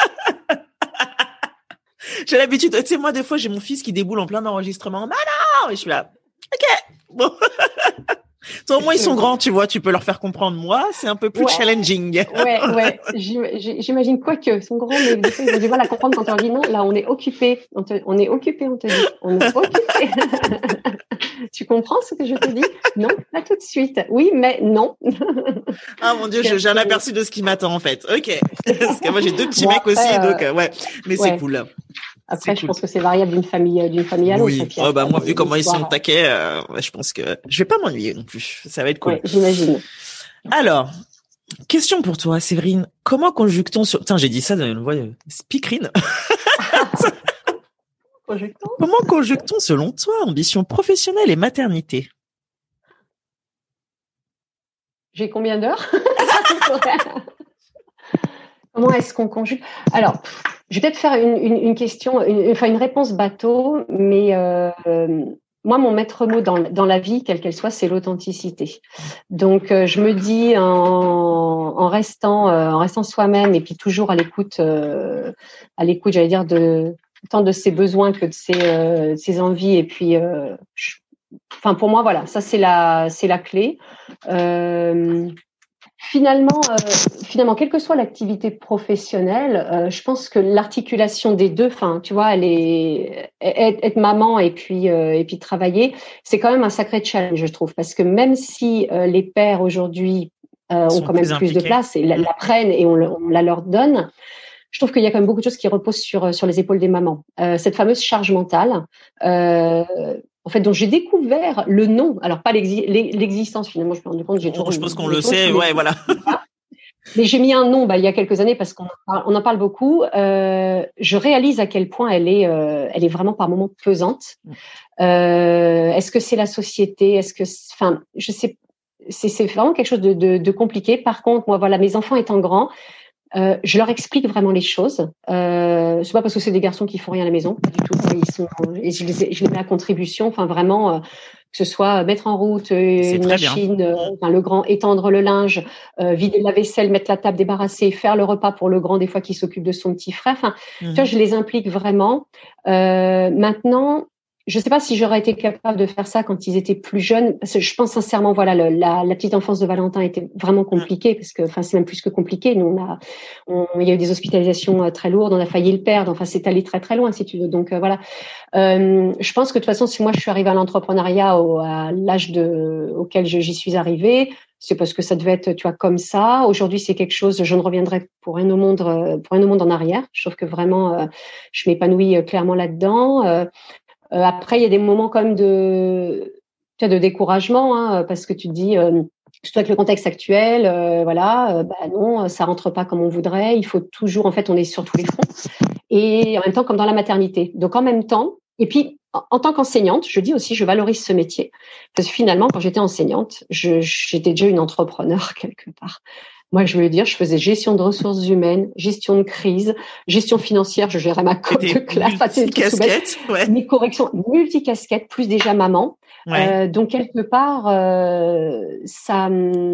J'ai l'habitude. Tu sais, moi des fois, j'ai mon fils qui déboule en plein enregistrement. Non, non, et je suis là. Ok, bon. Toi, au moins, ils sont grands, tu vois, tu peux leur faire comprendre. Moi, c'est un peu plus ouais. challenging. Ouais, ouais. J'imagine quoi que, ils sont grands, mais des fois, ils ont du mal à comprendre quand on leur dit non. Là, on est occupé. On, te, on est occupé, on te dit. On est occupé. Tu comprends ce que je te dis? Non, pas tout de suite. Oui, mais non. Ah, mon Dieu, j'ai un aperçu de ce qui m'attend, en fait. Ok. Parce que moi, j'ai deux petits bon, mecs après, aussi, euh, donc, euh, ouais. Mais ouais. c'est cool. Après, c'est je cool. pense que c'est variable d'une famille, d'une famille à l'autre. Oui. Oh, bah, moi, vu comment ils sont taquets, euh, je pense que je vais pas m'ennuyer non plus. Ça va être cool. Ouais, j'imagine. Alors, question pour toi, Séverine. Comment conjugue-t-on sur, tiens, j'ai dit ça dans une voix speakerine. Conjugue-t-on Comment conjugue-t-on, selon toi, ambition professionnelle et maternité? J'ai combien d'heures? Comment est-ce qu'on conjugue? Alors, je vais peut-être faire une, une, une question, une, enfin une réponse bateau, mais euh, moi, mon maître mot dans, dans la vie, quelle qu'elle soit, c'est l'authenticité. Donc, euh, je me dis en, en restant, euh, en restant soi-même et puis toujours à l'écoute, euh, à l'écoute, j'allais dire de tant de ses besoins que de ses, euh, ses envies. Et puis, euh, je, enfin pour moi, voilà, ça c'est la, c'est la clé. Euh, Finalement, euh, finalement, quelle que soit l'activité professionnelle, euh, je pense que l'articulation des deux, enfin, tu vois, elle est être, être maman et puis euh, et puis travailler, c'est quand même un sacré challenge, je trouve, parce que même si euh, les pères aujourd'hui euh, ont quand même plus, plus de place et la, la prennent et on, on la leur donne, je trouve qu'il y a quand même beaucoup de choses qui reposent sur sur les épaules des mamans. Euh, cette fameuse charge mentale. Euh, En fait, donc j'ai découvert le nom. Alors pas l'exi- l'existence finalement. Je me suis rendu compte. J'ai toujours. Je pense qu'on le sait. Ouais, voilà. Mais j'ai mis un nom bah, il y a quelques années parce qu'on on en parle beaucoup. Euh, je réalise à quel point elle est, euh, elle est vraiment par moments pesante. Euh, est-ce que c'est la société? Est-ce que, enfin, je sais, c'est, c'est vraiment quelque chose de, de, de compliqué. Par contre, moi, voilà, mes enfants étant grands. Euh, je leur explique vraiment les choses. Euh, c'est pas parce que c'est des garçons qui font rien à la maison, pas du tout. Ils sont, et je les, je les mets à contribution. Enfin, vraiment, euh, que ce soit mettre en route euh, une machine, euh, enfin, le grand étendre le linge, euh, vider la vaisselle, mettre la table, débarrasser, faire le repas pour le grand des fois qui s'occupe de son petit frère. Enfin, mm-hmm. Tu vois, je les implique vraiment. Euh, maintenant. Je sais pas si j'aurais été capable de faire ça quand ils étaient plus jeunes. Parce que je pense sincèrement, voilà, le, la, la petite enfance de Valentin était vraiment compliquée parce que, enfin, c'est même plus que compliqué. Nous, on a, on, il y a eu des hospitalisations très lourdes, on a failli le perdre. Enfin, c'est allé très très loin, si tu veux. Donc euh, voilà. Euh, je pense que de toute façon, si moi je suis arrivée à l'entrepreneuriat au, à l'âge de auquel je, j'y suis arrivée, c'est parce que ça devait être, tu vois, comme ça. Aujourd'hui, c'est quelque chose. Je ne reviendrai pour rien au monde, pour rien au monde en arrière. Je trouve que vraiment, euh, je m'épanouis clairement là-dedans. Euh, Euh, après, il y a des moments quand même de, tu vois, de découragement, hein, parce que tu te dis, euh, surtout avec le contexte actuel, euh, voilà, euh, bah non, ça rentre pas comme on voudrait. Il faut toujours, en fait, on est sur tous les fronts. Et en même temps, comme dans la maternité. Donc en même temps, et puis en, en tant qu'enseignante, je dis aussi, je valorise ce métier, parce que finalement, quand j'étais enseignante, je, j'étais déjà une entrepreneur quelque part. Moi, je veux dire, je faisais gestion de ressources humaines, gestion de crise, gestion financière, je gérais ma cote de classe, multicasquette, ouais. Mes corrections, multicasquette, plus déjà maman. Ouais. Euh, donc, quelque part, euh, ça...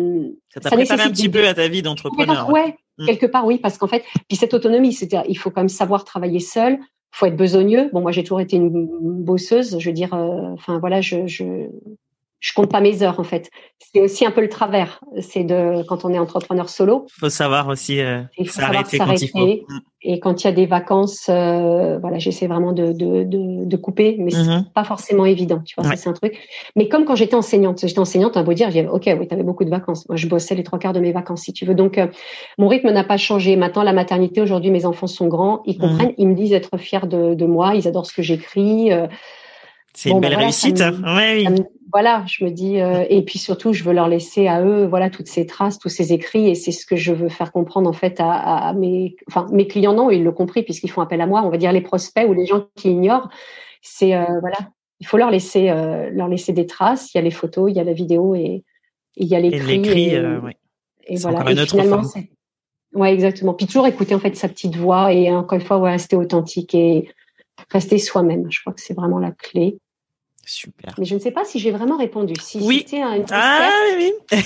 Ça t'a ça préparé un petit peu à ta vie d'entrepreneur. Ouais, mmh. Quelque part, oui, parce qu'en fait, puis cette autonomie, c'est-à-dire, il faut quand même savoir travailler seul, il faut être besogneux. Bon, moi, j'ai toujours été une bosseuse, je veux dire, enfin, euh, voilà, je... je Je compte pas mes heures en fait. C'est aussi un peu le travers. C'est de quand on est entrepreneur solo. Il faut savoir aussi euh, il faut s'arrêter, savoir s'arrêter quand il faut. Et quand il y a des vacances, euh, voilà, j'essaie vraiment de de de, de couper, mais mm-hmm. c'est pas forcément évident. Tu vois, ouais. Ça c'est un truc. Mais comme quand j'étais enseignante, j'étais enseignante, on va dire, j'ai ok, oui, t'avais beaucoup de vacances. Moi, je bossais les trois quarts de mes vacances, si tu veux. Donc, euh, mon rythme n'a pas changé. Maintenant, la maternité, aujourd'hui, mes enfants sont grands, ils comprennent, mm-hmm. Ils me disent être fiers de de moi, ils adorent ce que j'écris. Euh, c'est bon, une belle bah, voilà, réussite. Me, ouais, oui. me, voilà, je me dis, euh, et puis surtout, je veux leur laisser à eux, voilà, toutes ces traces, tous ces écrits, et c'est ce que je veux faire comprendre en fait à, à mes, enfin, mes clients non, ils l'ont compris puisqu'ils font appel à moi. On va dire les prospects ou les gens qui ignorent, c'est euh, voilà, il faut leur laisser, euh, leur laisser des traces. Il y a les photos, il y a la vidéo et, et il y a l'écrit. Et l'écrit, et, euh, ouais. Et c'est voilà. Et finalement, c'est, ouais, exactement. Puis toujours écouter en fait sa petite voix et encore une fois, ouais, rester authentique et rester soi-même. Je crois que c'est vraiment la clé. Super. Mais je ne sais pas si j'ai vraiment répondu. Si oui. c'était un ah oui, oui.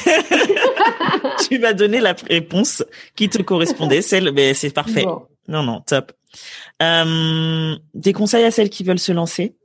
Tu m'as donné la réponse qui te correspondait, celle, mais c'est parfait. Bon. Non, non, top. Euh, des conseils à celles qui veulent se lancer?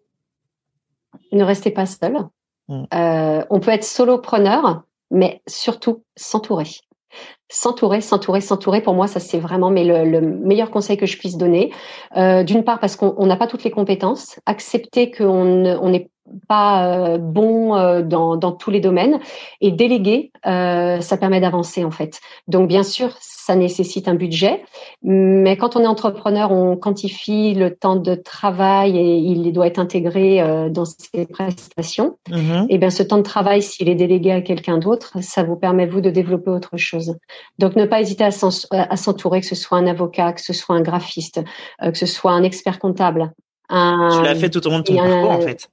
Ne restez pas seul. Mmh. Euh, on peut être solopreneur, mais surtout s'entourer. S'entourer, s'entourer, s'entourer. Pour moi, ça c'est vraiment mais le, le meilleur conseil que je puisse donner. Euh, d'une part parce qu'on n'a pas toutes les compétences, accepter qu'on on n'est pas euh, bon euh, dans, dans tous les domaines et déléguer, euh, ça permet d'avancer en fait. Donc bien sûr, ça nécessite un budget, mais quand on est entrepreneur, on quantifie le temps de travail et il doit être intégré euh, dans ses prestations. Mm-hmm. Et bien ce temps de travail, s'il est délégué à quelqu'un d'autre, ça vous permet vous de développer autre chose. Donc ne pas hésiter à, à s'entourer, que ce soit un avocat, que ce soit un graphiste, euh, que ce soit un expert comptable. Un, tu l'as fait tout au long de ton parcours en fait.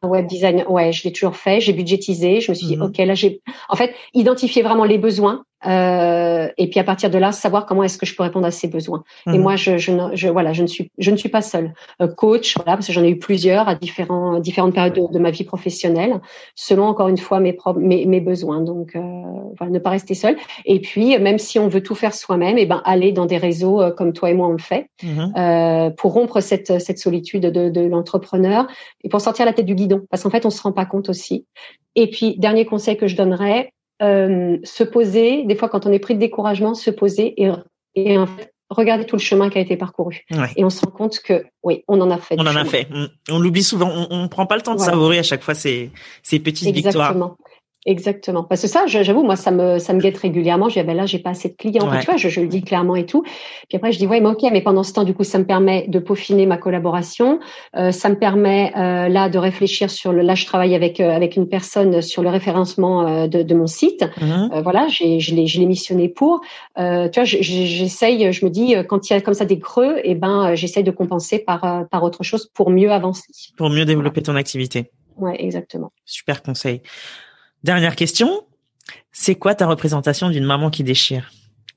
web design, ouais, je l'ai toujours fait. J'ai budgétisé. Je me suis dit, Mhm. ok, là, j'ai, en fait, identifier vraiment les besoins. Euh, et puis à partir de là, savoir comment est-ce que je peux répondre à ces besoins. Mhm. Et moi, je, je, ne- je, voilà, je ne suis, je ne suis pas seule. Euh, coach, voilà, parce que j'en ai eu plusieurs à différents, différentes périodes de, de ma vie professionnelle, selon encore une fois mes propres, mes, mes besoins. Donc, euh, voilà, ne pas rester seule. Et puis, même si on veut tout faire soi-même, et ben, aller dans des réseaux euh, comme toi et moi on le fait, Mhm. euh, pour rompre cette, cette solitude de, de l'entrepreneur et pour sortir la tête du guidon, parce qu'en fait, on se rend pas compte aussi. Et puis, dernier conseil que je donnerais. Euh, se poser, des fois quand on est pris de découragement, se poser et, et en fait, regarder tout le chemin qui a été parcouru. Ouais. Et on se rend compte que oui, on en a fait. On du en chemin. a fait. On l'oublie souvent. On, on prend pas le temps de Voilà. savourer à chaque fois ces, ces petites Exactement. victoires. Exactement. Parce que ça, j'avoue, moi, ça me, ça me guette régulièrement. Je dis, ah ben là, j'ai pas assez de clients. Enfin, Ouais. tu vois, je, je le dis clairement et tout. Puis après, je dis, ouais, mais ok, mais pendant ce temps, du coup, ça me permet de peaufiner ma collaboration. Euh, ça me permet, euh, là, de réfléchir sur le, là, je travaille avec, euh, avec une personne sur le référencement euh, de, de mon site. Mhm. Euh, voilà, j'ai, je l'ai, je l'ai missionné pour, euh, tu vois, j'essaye, je me dis, quand il y a comme ça des creux, et ben, j'essaye de compenser par, euh, par autre chose pour mieux avancer. Pour mieux développer ton activité. Ouais, exactement. Super conseil. Dernière question. C'est quoi ta représentation d'une maman qui déchire?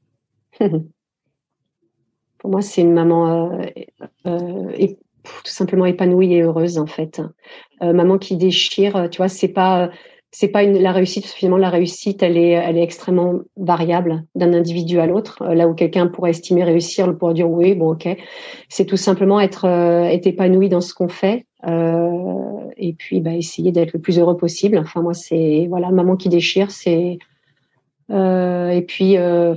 Pour moi, c'est une maman euh, euh, et, pff, tout simplement épanouie et heureuse en fait. Euh, maman qui déchire, tu vois, c'est pas c'est pas une la réussite. Finalement, la réussite, elle est elle est extrêmement variable d'un individu à l'autre. Euh, là où quelqu'un pourrait estimer réussir, le pourrait dire oui, bon, ok. C'est tout simplement être euh, être épanoui dans ce qu'on fait. Euh, et puis bah, essayer d'être le plus heureux possible. Enfin moi c'est voilà, maman qui déchire, c'est euh, et puis euh,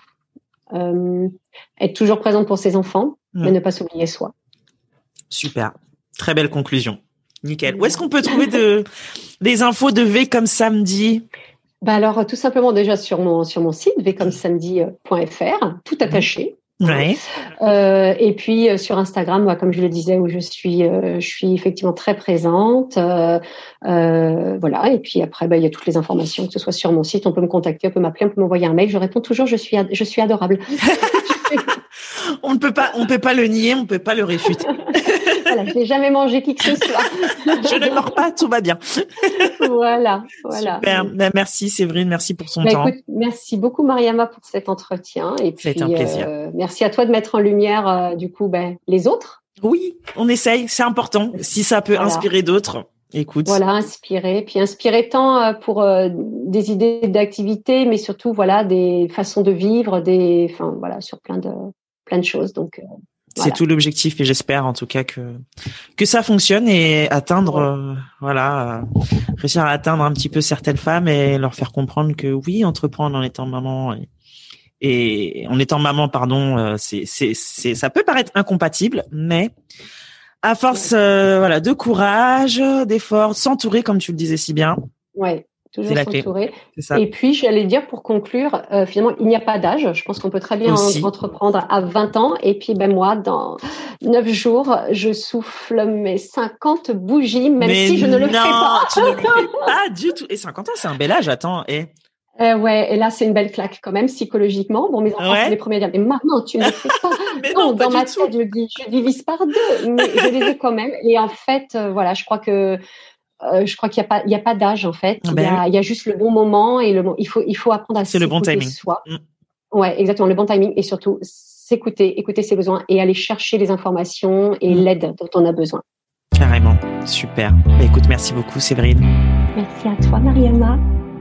euh, être toujours présente pour ses enfants, mmh. mais ne pas s'oublier soi. Super, très belle conclusion, nickel. Où est-ce qu'on peut trouver de des infos de V comme samedi? Bah alors tout simplement déjà sur mon sur mon site v comme samedi point f r, tout attaché. Ouais. Euh, et puis euh, sur Instagram, moi, comme je le disais, où je suis, euh, je suis effectivement très présente. Euh, euh, voilà. Et puis après, bah, il y a toutes les informations, que ce soit sur mon site, on peut me contacter, on peut m'appeler, on peut m'envoyer un mail. Je réponds toujours. Je suis, ad- je suis adorable. On ne peut pas, on peut pas le nier, on peut pas le réfuter. Voilà, je n'ai jamais mangé qui que ce soit. Je ne mords pas, tout va bien. Voilà, voilà. Super. Ben, merci Séverine, merci pour son bah, temps. Écoute, merci beaucoup Mariama pour cet entretien. Et puis, c'est un plaisir. Euh, merci à toi de mettre en lumière euh, du coup ben, les autres. Oui, on essaye, c'est important. Si ça peut voilà. inspirer d'autres, écoute. Voilà, inspirer, puis inspirer tant pour euh, des idées d'activité, mais surtout voilà des façons de vivre, des, enfin voilà, sur plein de plein de choses. Donc euh, c'est voilà. tout l'objectif, et j'espère en tout cas que que ça fonctionne et atteindre, ouais. euh, voilà, euh, réussir à atteindre un petit peu certaines femmes et leur faire comprendre que oui, entreprendre en étant maman et, et en étant maman, pardon, euh, c'est c'est c'est ça peut paraître incompatible, mais à force, euh, voilà, de courage, d'efforts, s'entourer comme tu le disais si bien. Ouais. Toujours s'entourer. Ça. Et puis, j'allais dire pour conclure, euh, finalement, il n'y a pas d'âge. Je pense qu'on peut très bien en, entreprendre à vingt ans. Et puis, ben moi, dans neuf jours, je souffle mes cinquante bougies, même Mais si je ne le non, fais pas. Tu ne le fais pas du tout. Et cinquante ans, c'est un bel âge. Attends. Et... Euh, ouais, et là, c'est une belle claque quand même, psychologiquement. Bon, mes enfants, ouais. c'est les premiers à dire, mais maman, tu ne le fais pas. mais non, non, dans pas ma du tête, tout. je dis, je divise par deux, mais je les ai quand même. Et en fait, euh, voilà, je crois que Euh, je crois qu'il n'y a pas, il y a pas d'âge en fait. Il, ben, y a, il y a juste le bon moment et le, il faut, il faut apprendre à s'écouter le bon timing. soi. Mm. Ouais, exactement, le bon timing et surtout s'écouter, écouter ses besoins et aller chercher les informations et mm. l'aide dont on a besoin. Carrément, super. Bah, écoute, merci beaucoup Séverine. Merci à toi Mariama.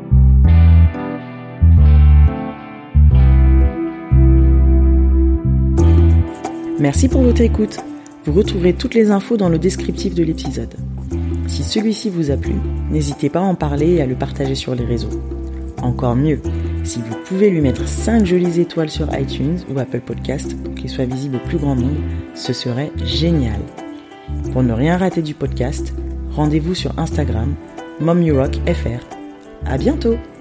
Merci pour votre écoute. Vous retrouverez toutes les infos dans le descriptif de l'épisode. Si celui-ci vous a plu, n'hésitez pas à en parler et à le partager sur les réseaux. Encore mieux, si vous pouvez lui mettre cinq jolies étoiles sur iTunes ou Apple Podcast pour qu'il soit visible au plus grand nombre, ce serait génial. Pour ne rien rater du podcast, rendez-vous sur Instagram, momyourockfr. À bientôt!